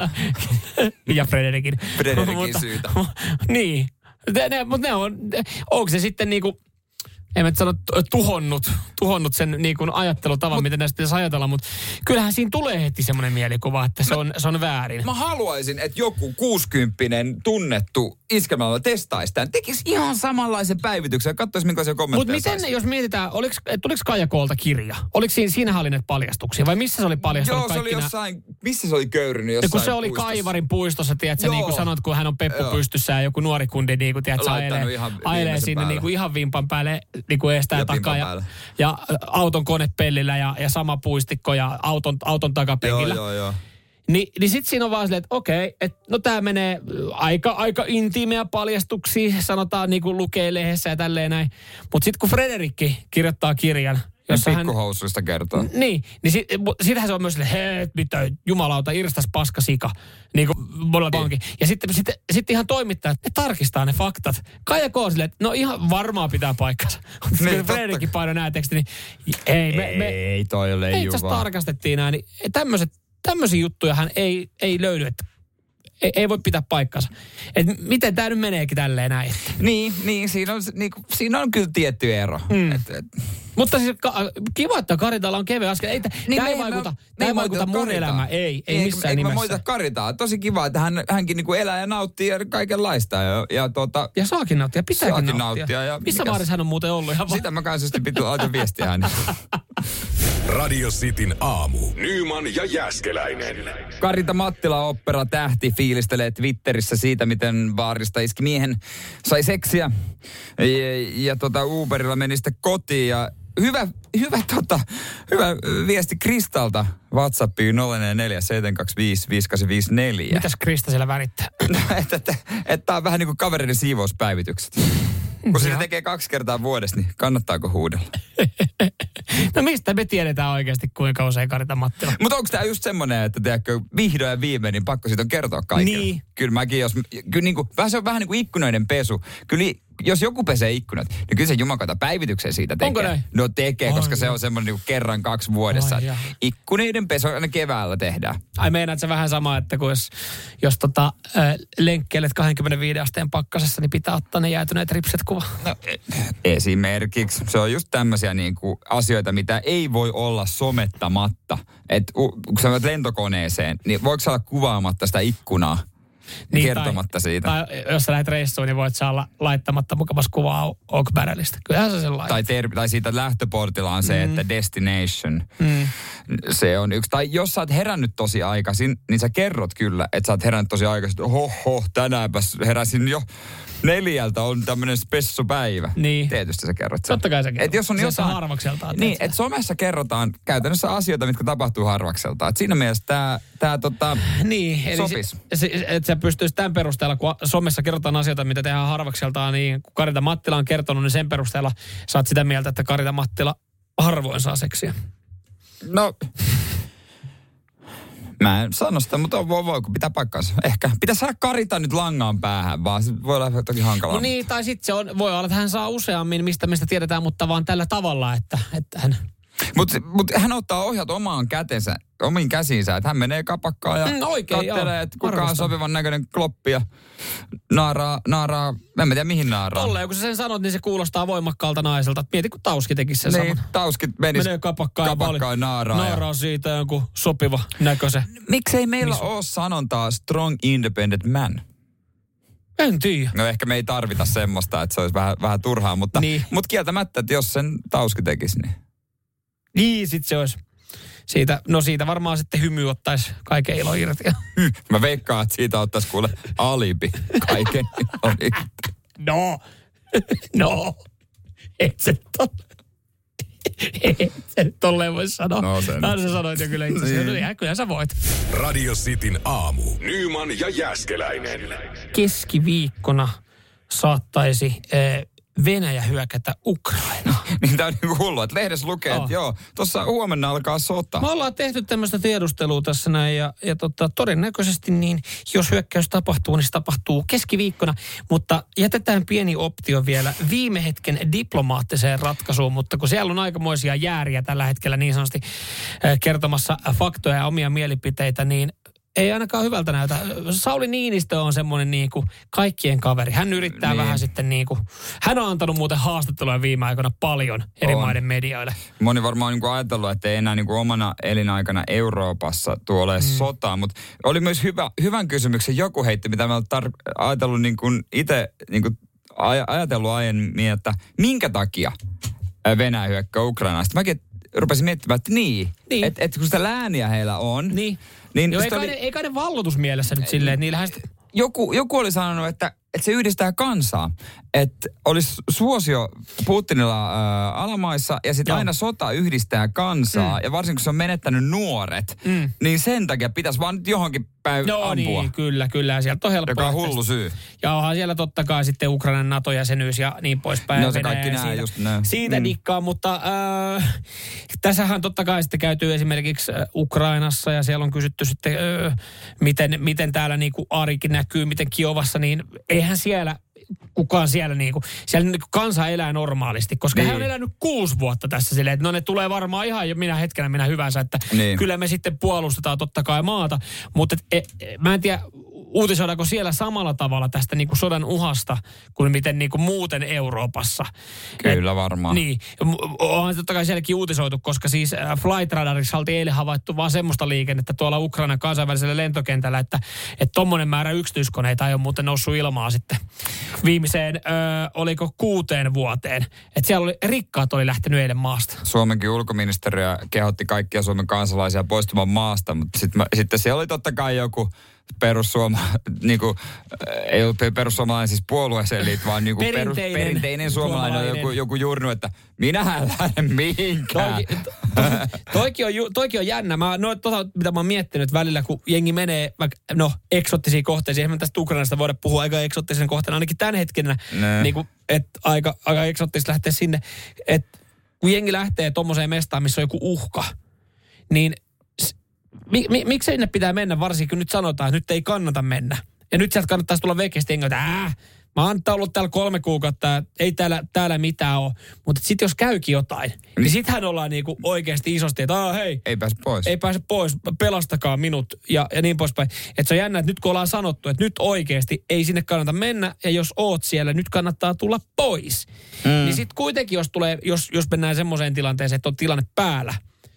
ja Frederikin. Frederikin mutta, syytä. Niin. Ne, ne, mutta ne on, onko se sitten niinku, en mä sano tuhonnut, tuhonnut sen niin kuin ajattelutavan, mut, miten näistä pitäisi ajatella, mutta kyllähän siinä tulee heti semmoinen mielikuva, että se on, se on väärin. Mä haluaisin, että joku kuusikymppinen tunnettu iskelmällä testaisi tämän, tekisi ihan samanlaisen päivityksen ja katsoisi, minkälaisia kommentteja Mutta miten, saisi. jos mietitään, oliks, tuliko Kaija Koolta kirja? Oliko siinä, siinähän oli näitä paljastuksia vai missä se oli paljastanut Joo, se oli kaikki jossain, missä se oli köyrynyt jossain kun se oli puistossa. Kaivarin puistossa, tiedätkö, niin kuin sanot, kun hän on peppu Joo. pystyssä ja joku nuori kundi, niin kuin, tiedätkö, ailee, ailee sinne niin kuin ihan vimpan päälle, niin kuin estää ja takaa ja, ja auton konepellillä ja, ja sama puistikko ja auton, auton takapenkillä. Joo, joo, joo. Ni, niin sitten siinä on vaan silleen, että okei, että no tää menee aika, aika intiimeä paljastuksia, sanotaan niin kuin lukee lehdessä ja tälleen näin. Mutta sitten kun Frederikki kirjoittaa kirjan, jossa hän... Pikkuhousuista kertoo. Niin, niin sit, sitähän se on myös silleen, hei, mitä jumalauta, irstas paska sika. Niin kuin monella onkin. Ja sitten sit, sit ihan toimittajat, ne tarkistaa ne faktat. Kaija K. silleen, että no ihan varmaan pitää paikkansa. Niin, Frederikki painoi nää tekstit, niin ei, me, me, ei toi ole me itse asiassa tarkastettiin nää, niin tämmöiset Tämmöisiä juttuja hän ei, ei löydy, että ei, ei voi pitää paikkansa. Et miten tämä nyt meneekin tälleen näin? Niin, niin, siinä on, niin kuin, siinä on kyllä tietty ero. Mm. Et, et. Mutta siis ka- kiva, että Karitalla on keveä askel. Ei, niin tämä ei vaikuta, me, tää ei vaikuta mun Karitaa. elämään. Ei, ei niin, missään eikö nimessä. Eikö mä moita Karitaa? Tosi kiva, että hän, hänkin niin kuin elää ja nauttii ja kaikenlaista. Ja, ja, tuota, ja saakin nauttia, pitääkin saakin nauttia. nauttia ja missä mikäs? Maaris hän on muuten ollut? Ihan Sitä mä kanssa pitää laita viestiä hän. Radio Cityn aamu. Nyman ja Jääskeläinen. Karita Mattila, opera tähti, fiilistelee Twitterissä siitä, miten baarista iski miehen sai seksiä. Ja, ja tota Uberilla meni sitten kotiin ja hyvä, hyvä, tota, hyvä viesti Kristalta WhatsAppiin nolla neljä neljä seitsemän kaksi viisi viisi kahdeksan viisi neljä. Mitäs Krista siellä värittää? että että, että tämä on vähän niin kuin kavereiden siivouspäivitykset. Kun se tekee kaksi kertaa vuodessa, niin kannattaako huudella? No mistä me tiedetään oikeasti, kuinka usein Karita Mattila? Mutta onko tämä just semmoinen, että tiedätkö, vihdoin ja viimein, niin pakko siitä on kertoa kaikille? Niin. Kyllä mäkin, jos, kyllä niin kuin, se on vähän niin kuin ikkunoiden pesu. Kyllä jos joku pesee ikkunat, niin kyllä se jumakata päivityksen siitä tekee. Onko näin? No tekee, Ai koska joo. se on semmoinen niin kuin kerran kaksi vuodessa. Ai jaa. Ikkuneiden pesu aina keväällä tehdään. Ai meinaat se vähän sama, että kun jos, jos tota, äh, lenkkeilet kaksikymmentäviisi asteen pakkasessa, niin pitää ottaa ne jäätyneet ripset kuvaan. No, esimerkiksi. Se on just tämmöisiä niin kuin asioita, mitä ei voi olla somettamatta. Että kun sä menet lentokoneeseen, niin voiko sä olla kuvaamatta sitä ikkunaa? Niin, kertomatta tai, siitä. Tai jos sä lähdet reissuun, niin voit saa laittamatta mukavasti kuvaa Oak Barrelista. Kyllähän se sellainen. Tai, ter- tai siitä lähtöportilla on se, mm. että destination. Mm. Se on yksi. Tai jos sä oot herännyt tosi aikaisin, niin sä kerrot kyllä, että sä oot herännyt tosi aikaisin. Hoho, tänäänpäs heräsin jo neljältä, on tämmöinen spessupäivä. Niin. Tietysti sä kerrot sen. Totta kai sä kerrot. Et jos on se jotain, on harvakseltaan. niin, että somessa kerrotaan käytännössä asioita, mitkä tapahtuu harvakseltaan. Et siinä mielessä tää, tää tota, niin, eli sopis. Se, se, että sä pystyisit tämän perusteella, kun somessa kerrotaan asioita, mitä tehdään harvakseltaan, niin kun Karita Mattila on kertonut, niin sen perusteella sä oot sitä mieltä, että Karita Mattila harvoin saa seksiä. No, mä en sano sitä, mutta voi, voi kun pitää paikkaansa. Ehkä. Pitäisi saada Karita nyt langaan päähän, vaan se voi olla toki hankalaa. No niin, tai sitten se on, voi olla, että hän saa useammin, mistä, mistä tiedetään, mutta vaan tällä tavalla, että, että hän... Mutta mut hän ottaa ohjat omaan kätensä, omiin käsiinsä, että hän menee kapakkaan ja mm, oikein, katselee, että kuka arvostan. on sopivan näköinen kloppi ja naaraa, naaraa, en mä tiedä mihin naaraa. Tolleen, kun sä sen sanot, niin se kuulostaa voimakkaalta naiselta. Mieti, kun Tauski tekisi sen niin, saman. Tauskit menis Menee kapakkaan, kapakkaan ja naaraa. Naaraa siitä jonkun sopiva näköisen. Miksei meillä Misu. ole sanontaa strong independent man? En tiedä. No ehkä me ei tarvita semmoista, että se olisi vähän, vähän turhaa, mutta Niin. mut kieltämättä, että jos sen Tauski tekisi, niin... Niin, sit se olisi. Siitä, no siitä varmaan sitten hymy ottaisi kaiken ilo irti. Mä veikkaan, että siitä ottaisi kuule alibi kaiken ilon irti. No, no, et se tolle. Et se tolleen voi sanoa. No sen. No, sä sanoit jo kyllä itse asiassa. Niin. No, kyllä sä voit. Radio Cityn aamu. Nyman ja Jääskeläinen. Keskiviikkona saattaisi eh, Venäjä hyökätä Ukrainaan. Niin tää on niinku hullu, että lehdessä lukee, Oh. että joo, tuossa huomenna alkaa sota. Me ollaan tehty tämmöistä tiedustelua tässä näin ja, ja tota, todennäköisesti niin, jos hyökkäys tapahtuu, niin se tapahtuu keskiviikkona. Mutta jätetään pieni optio vielä viime hetken diplomaattiseen ratkaisuun, mutta kun siellä on aikamoisia jääriä tällä hetkellä niin sanotusti eh, kertomassa faktoja ja omia mielipiteitä, niin ei ainakaan hyvältä näytä. Sauli Niinistö on semmoinen niin kuin kaikkien kaveri. Hän yrittää Niin. vähän sitten niin kuin, hän on antanut muuten haastatteluja viime aikoina paljon eri On. maiden medioille. Moni varmaan on niinku ajatellut, että ei enää niinku omana elinaikana Euroopassa tuolle mm. sotaa, mutta oli myös hyvä, hyvän kysymyksen joku heitti, mitä mä olen tar- ajatellut niinku itse niinku aj- ajatellut aiemmin, että minkä takia Venäjä hyökkää Ukrainasta. Mäkin rupesin miettimään, että niin, Niin. että et kun sitä lääniä heillä on, Niin. niin Joo, ei sitä kai, oli, ne, ei kai ne vallotusmielessä nyt silleen, että niillähän sit, joku, joku oli sanonut, että, että se yhdistää kansaa. Että olisi suosio Putinilla äh, alamaissa ja sitten Joo. aina sota yhdistää kansaa. Mm. Ja varsinkin kun se on menettänyt nuoret, Mm. niin sen takia pitäisi vaan nyt johonkin päin joo ampua. niin, kyllä, kyllä. Ja sieltä on helppo. Joka on lähteä hullu syy. Ja onhan siellä totta kai sitten Ukrainan NATO-jäsenyys ja niin poispäin. No se Venäjä kaikki ja nää siitä, just nää. Siitä Mm. dikkaa, mutta äh, tässähän totta kai sitten käytyy esimerkiksi äh, Ukrainassa ja siellä on kysytty sitten, äh, miten, miten täällä niinku arki näkyy, miten Kiovassa, niin eihän siellä kukaan siellä niinku, siellä niinku kansa elää normaalisti, koska Niin. hän on elänyt kuusi vuotta tässä silleen, että no ne tulee varmaan ihan jo minä hetkenä minä hyvänsä, että Niin. kyllä me sitten puolustetaan totta kai maata, mutta et, e, e, mä en tiedä, uutisoidaanko siellä samalla tavalla tästä niin kuin sodan uhasta kuin miten niin kuin muuten Euroopassa. Kyllä Et, varmaan. Niin. Onhan totta kai sielläkin uutisoitu, koska siis Flight Radarissa oltiin eilen havaittu vaan semmoista liikennettä tuolla Ukrainan kansainvälisellä lentokentällä, että että tommonen määrä yksityiskoneita ei ole muuten noussut ilmaa sitten viimeiseen, ö, oliko kuuteen vuoteen. Että siellä oli, rikkaat oli lähtenyt eilen maasta. Suomenkin ulkoministeriö kehotti kaikkia Suomen kansalaisia poistumaan maasta, mutta sit mä, sitten siellä oli totta kai joku perussuoma, niinku, ei ollut perussuomalainen siis puolueeseen liittyvä, vaan niinku perinteinen, perus, perinteinen suomalainen, suomalainen. Joku, joku jurnut, että minähän lähden mihinkään. Toikin, to, toikin, on, toikin on jännä. Mä, no tota, mitä mä oon miettinyt välillä, kun jengi menee vaikka, no, eksottisiin kohteisiin. Eihän me tästä Ukrainasta voida puhua aika eksottisen kohteena, ainakin tämän hetkenä. Niinku, että aika, aika eksottista lähteä sinne. Että kun jengi lähtee tommoseen mestaan, missä on joku uhka, niin Mi, mi, miksi sinne pitää mennä, varsinkin kun nyt sanotaan, että nyt ei kannata mennä. Ja nyt sieltä kannattaisi tulla vekeästi jengi, että äh, mä oon ollut täällä kolme kuukautta, ei täällä, täällä mitään ole. Mutta sitten jos käykin jotain, mm. niin sittenhän ollaan niinku oikeasti isosti, että aah hei. Ei pääse pois. Ei pääse pois, pelastakaa minut ja, ja niin poispäin. Että se on jännä, että nyt kun ollaan sanottu, että nyt oikeasti ei sinne kannata mennä, ja jos oot siellä, nyt kannattaa tulla pois. Mm. Niin sitten kuitenkin, jos, tulee, jos, jos mennään semmoiseen tilanteeseen, että on tilanne päällä,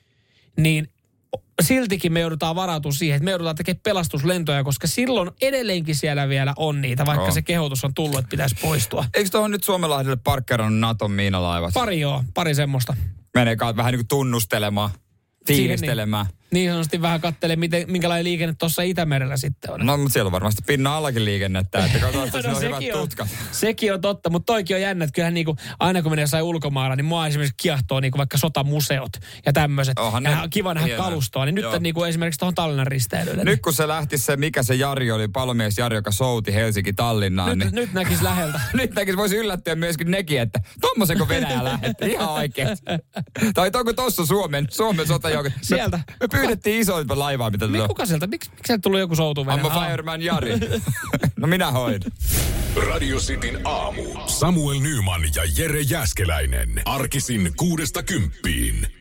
niin siltikin me joudutaan varautumaan siihen, että me joudutaan tekemään pelastuslentoja, koska silloin edelleenkin siellä vielä on niitä, vaikka oh. se kehotus on tullut, että pitäisi poistua. Eikö tuohon nyt Suomenlahdelle parkkeerannut Naton miinalaivat? Pari joo, pari semmoista. Menee vähän niin kuin tunnustelemaan, tiivistelemään. Niin, niin sanotusti vähän kattelee, miten, minkälainen liikenne tuossa Itämerellä sitten on. No, mutta siellä on varmasti pinnan allakin liikennettä, että katsotaan, että no, se on hyvät tutkat. Sekin on totta, mutta toikin on jännä, että kyllähän niinku, aina kun menee jossain ulkomailla, niin mua esimerkiksi kiehtoo niinku vaikka sotamuseot ja tämmöiset. Ja ne, kiva nähdä kalustoa, niin nyt on niinku esimerkiksi tuohon Tallinnan risteilylle. Nyt kun se lähti se, mikä se Jari oli, palomies Jari, joka souti Helsinki-Tallinnaan. Nyt, niin, nyt näkisi läheltä. nyt näkisi, voisi yllättyä myöskin nekin, että tommosenko Venäjä lähetti, ihan oikeesti. Tai onko tossa Suomen, Suomen sotajoukot? Sieltä. Me, me pyydettiin isoimpaa laivaa, mitä tuolla. Kuka sieltä? Miksi mik sieltä tullut joku soutu Venäjä? Amma Fireman Jari. No minä hoidin. Radio Cityn aamu. Samuel Nyman ja Jere Jääskeläinen. Arkisin kuudesta kymppiin.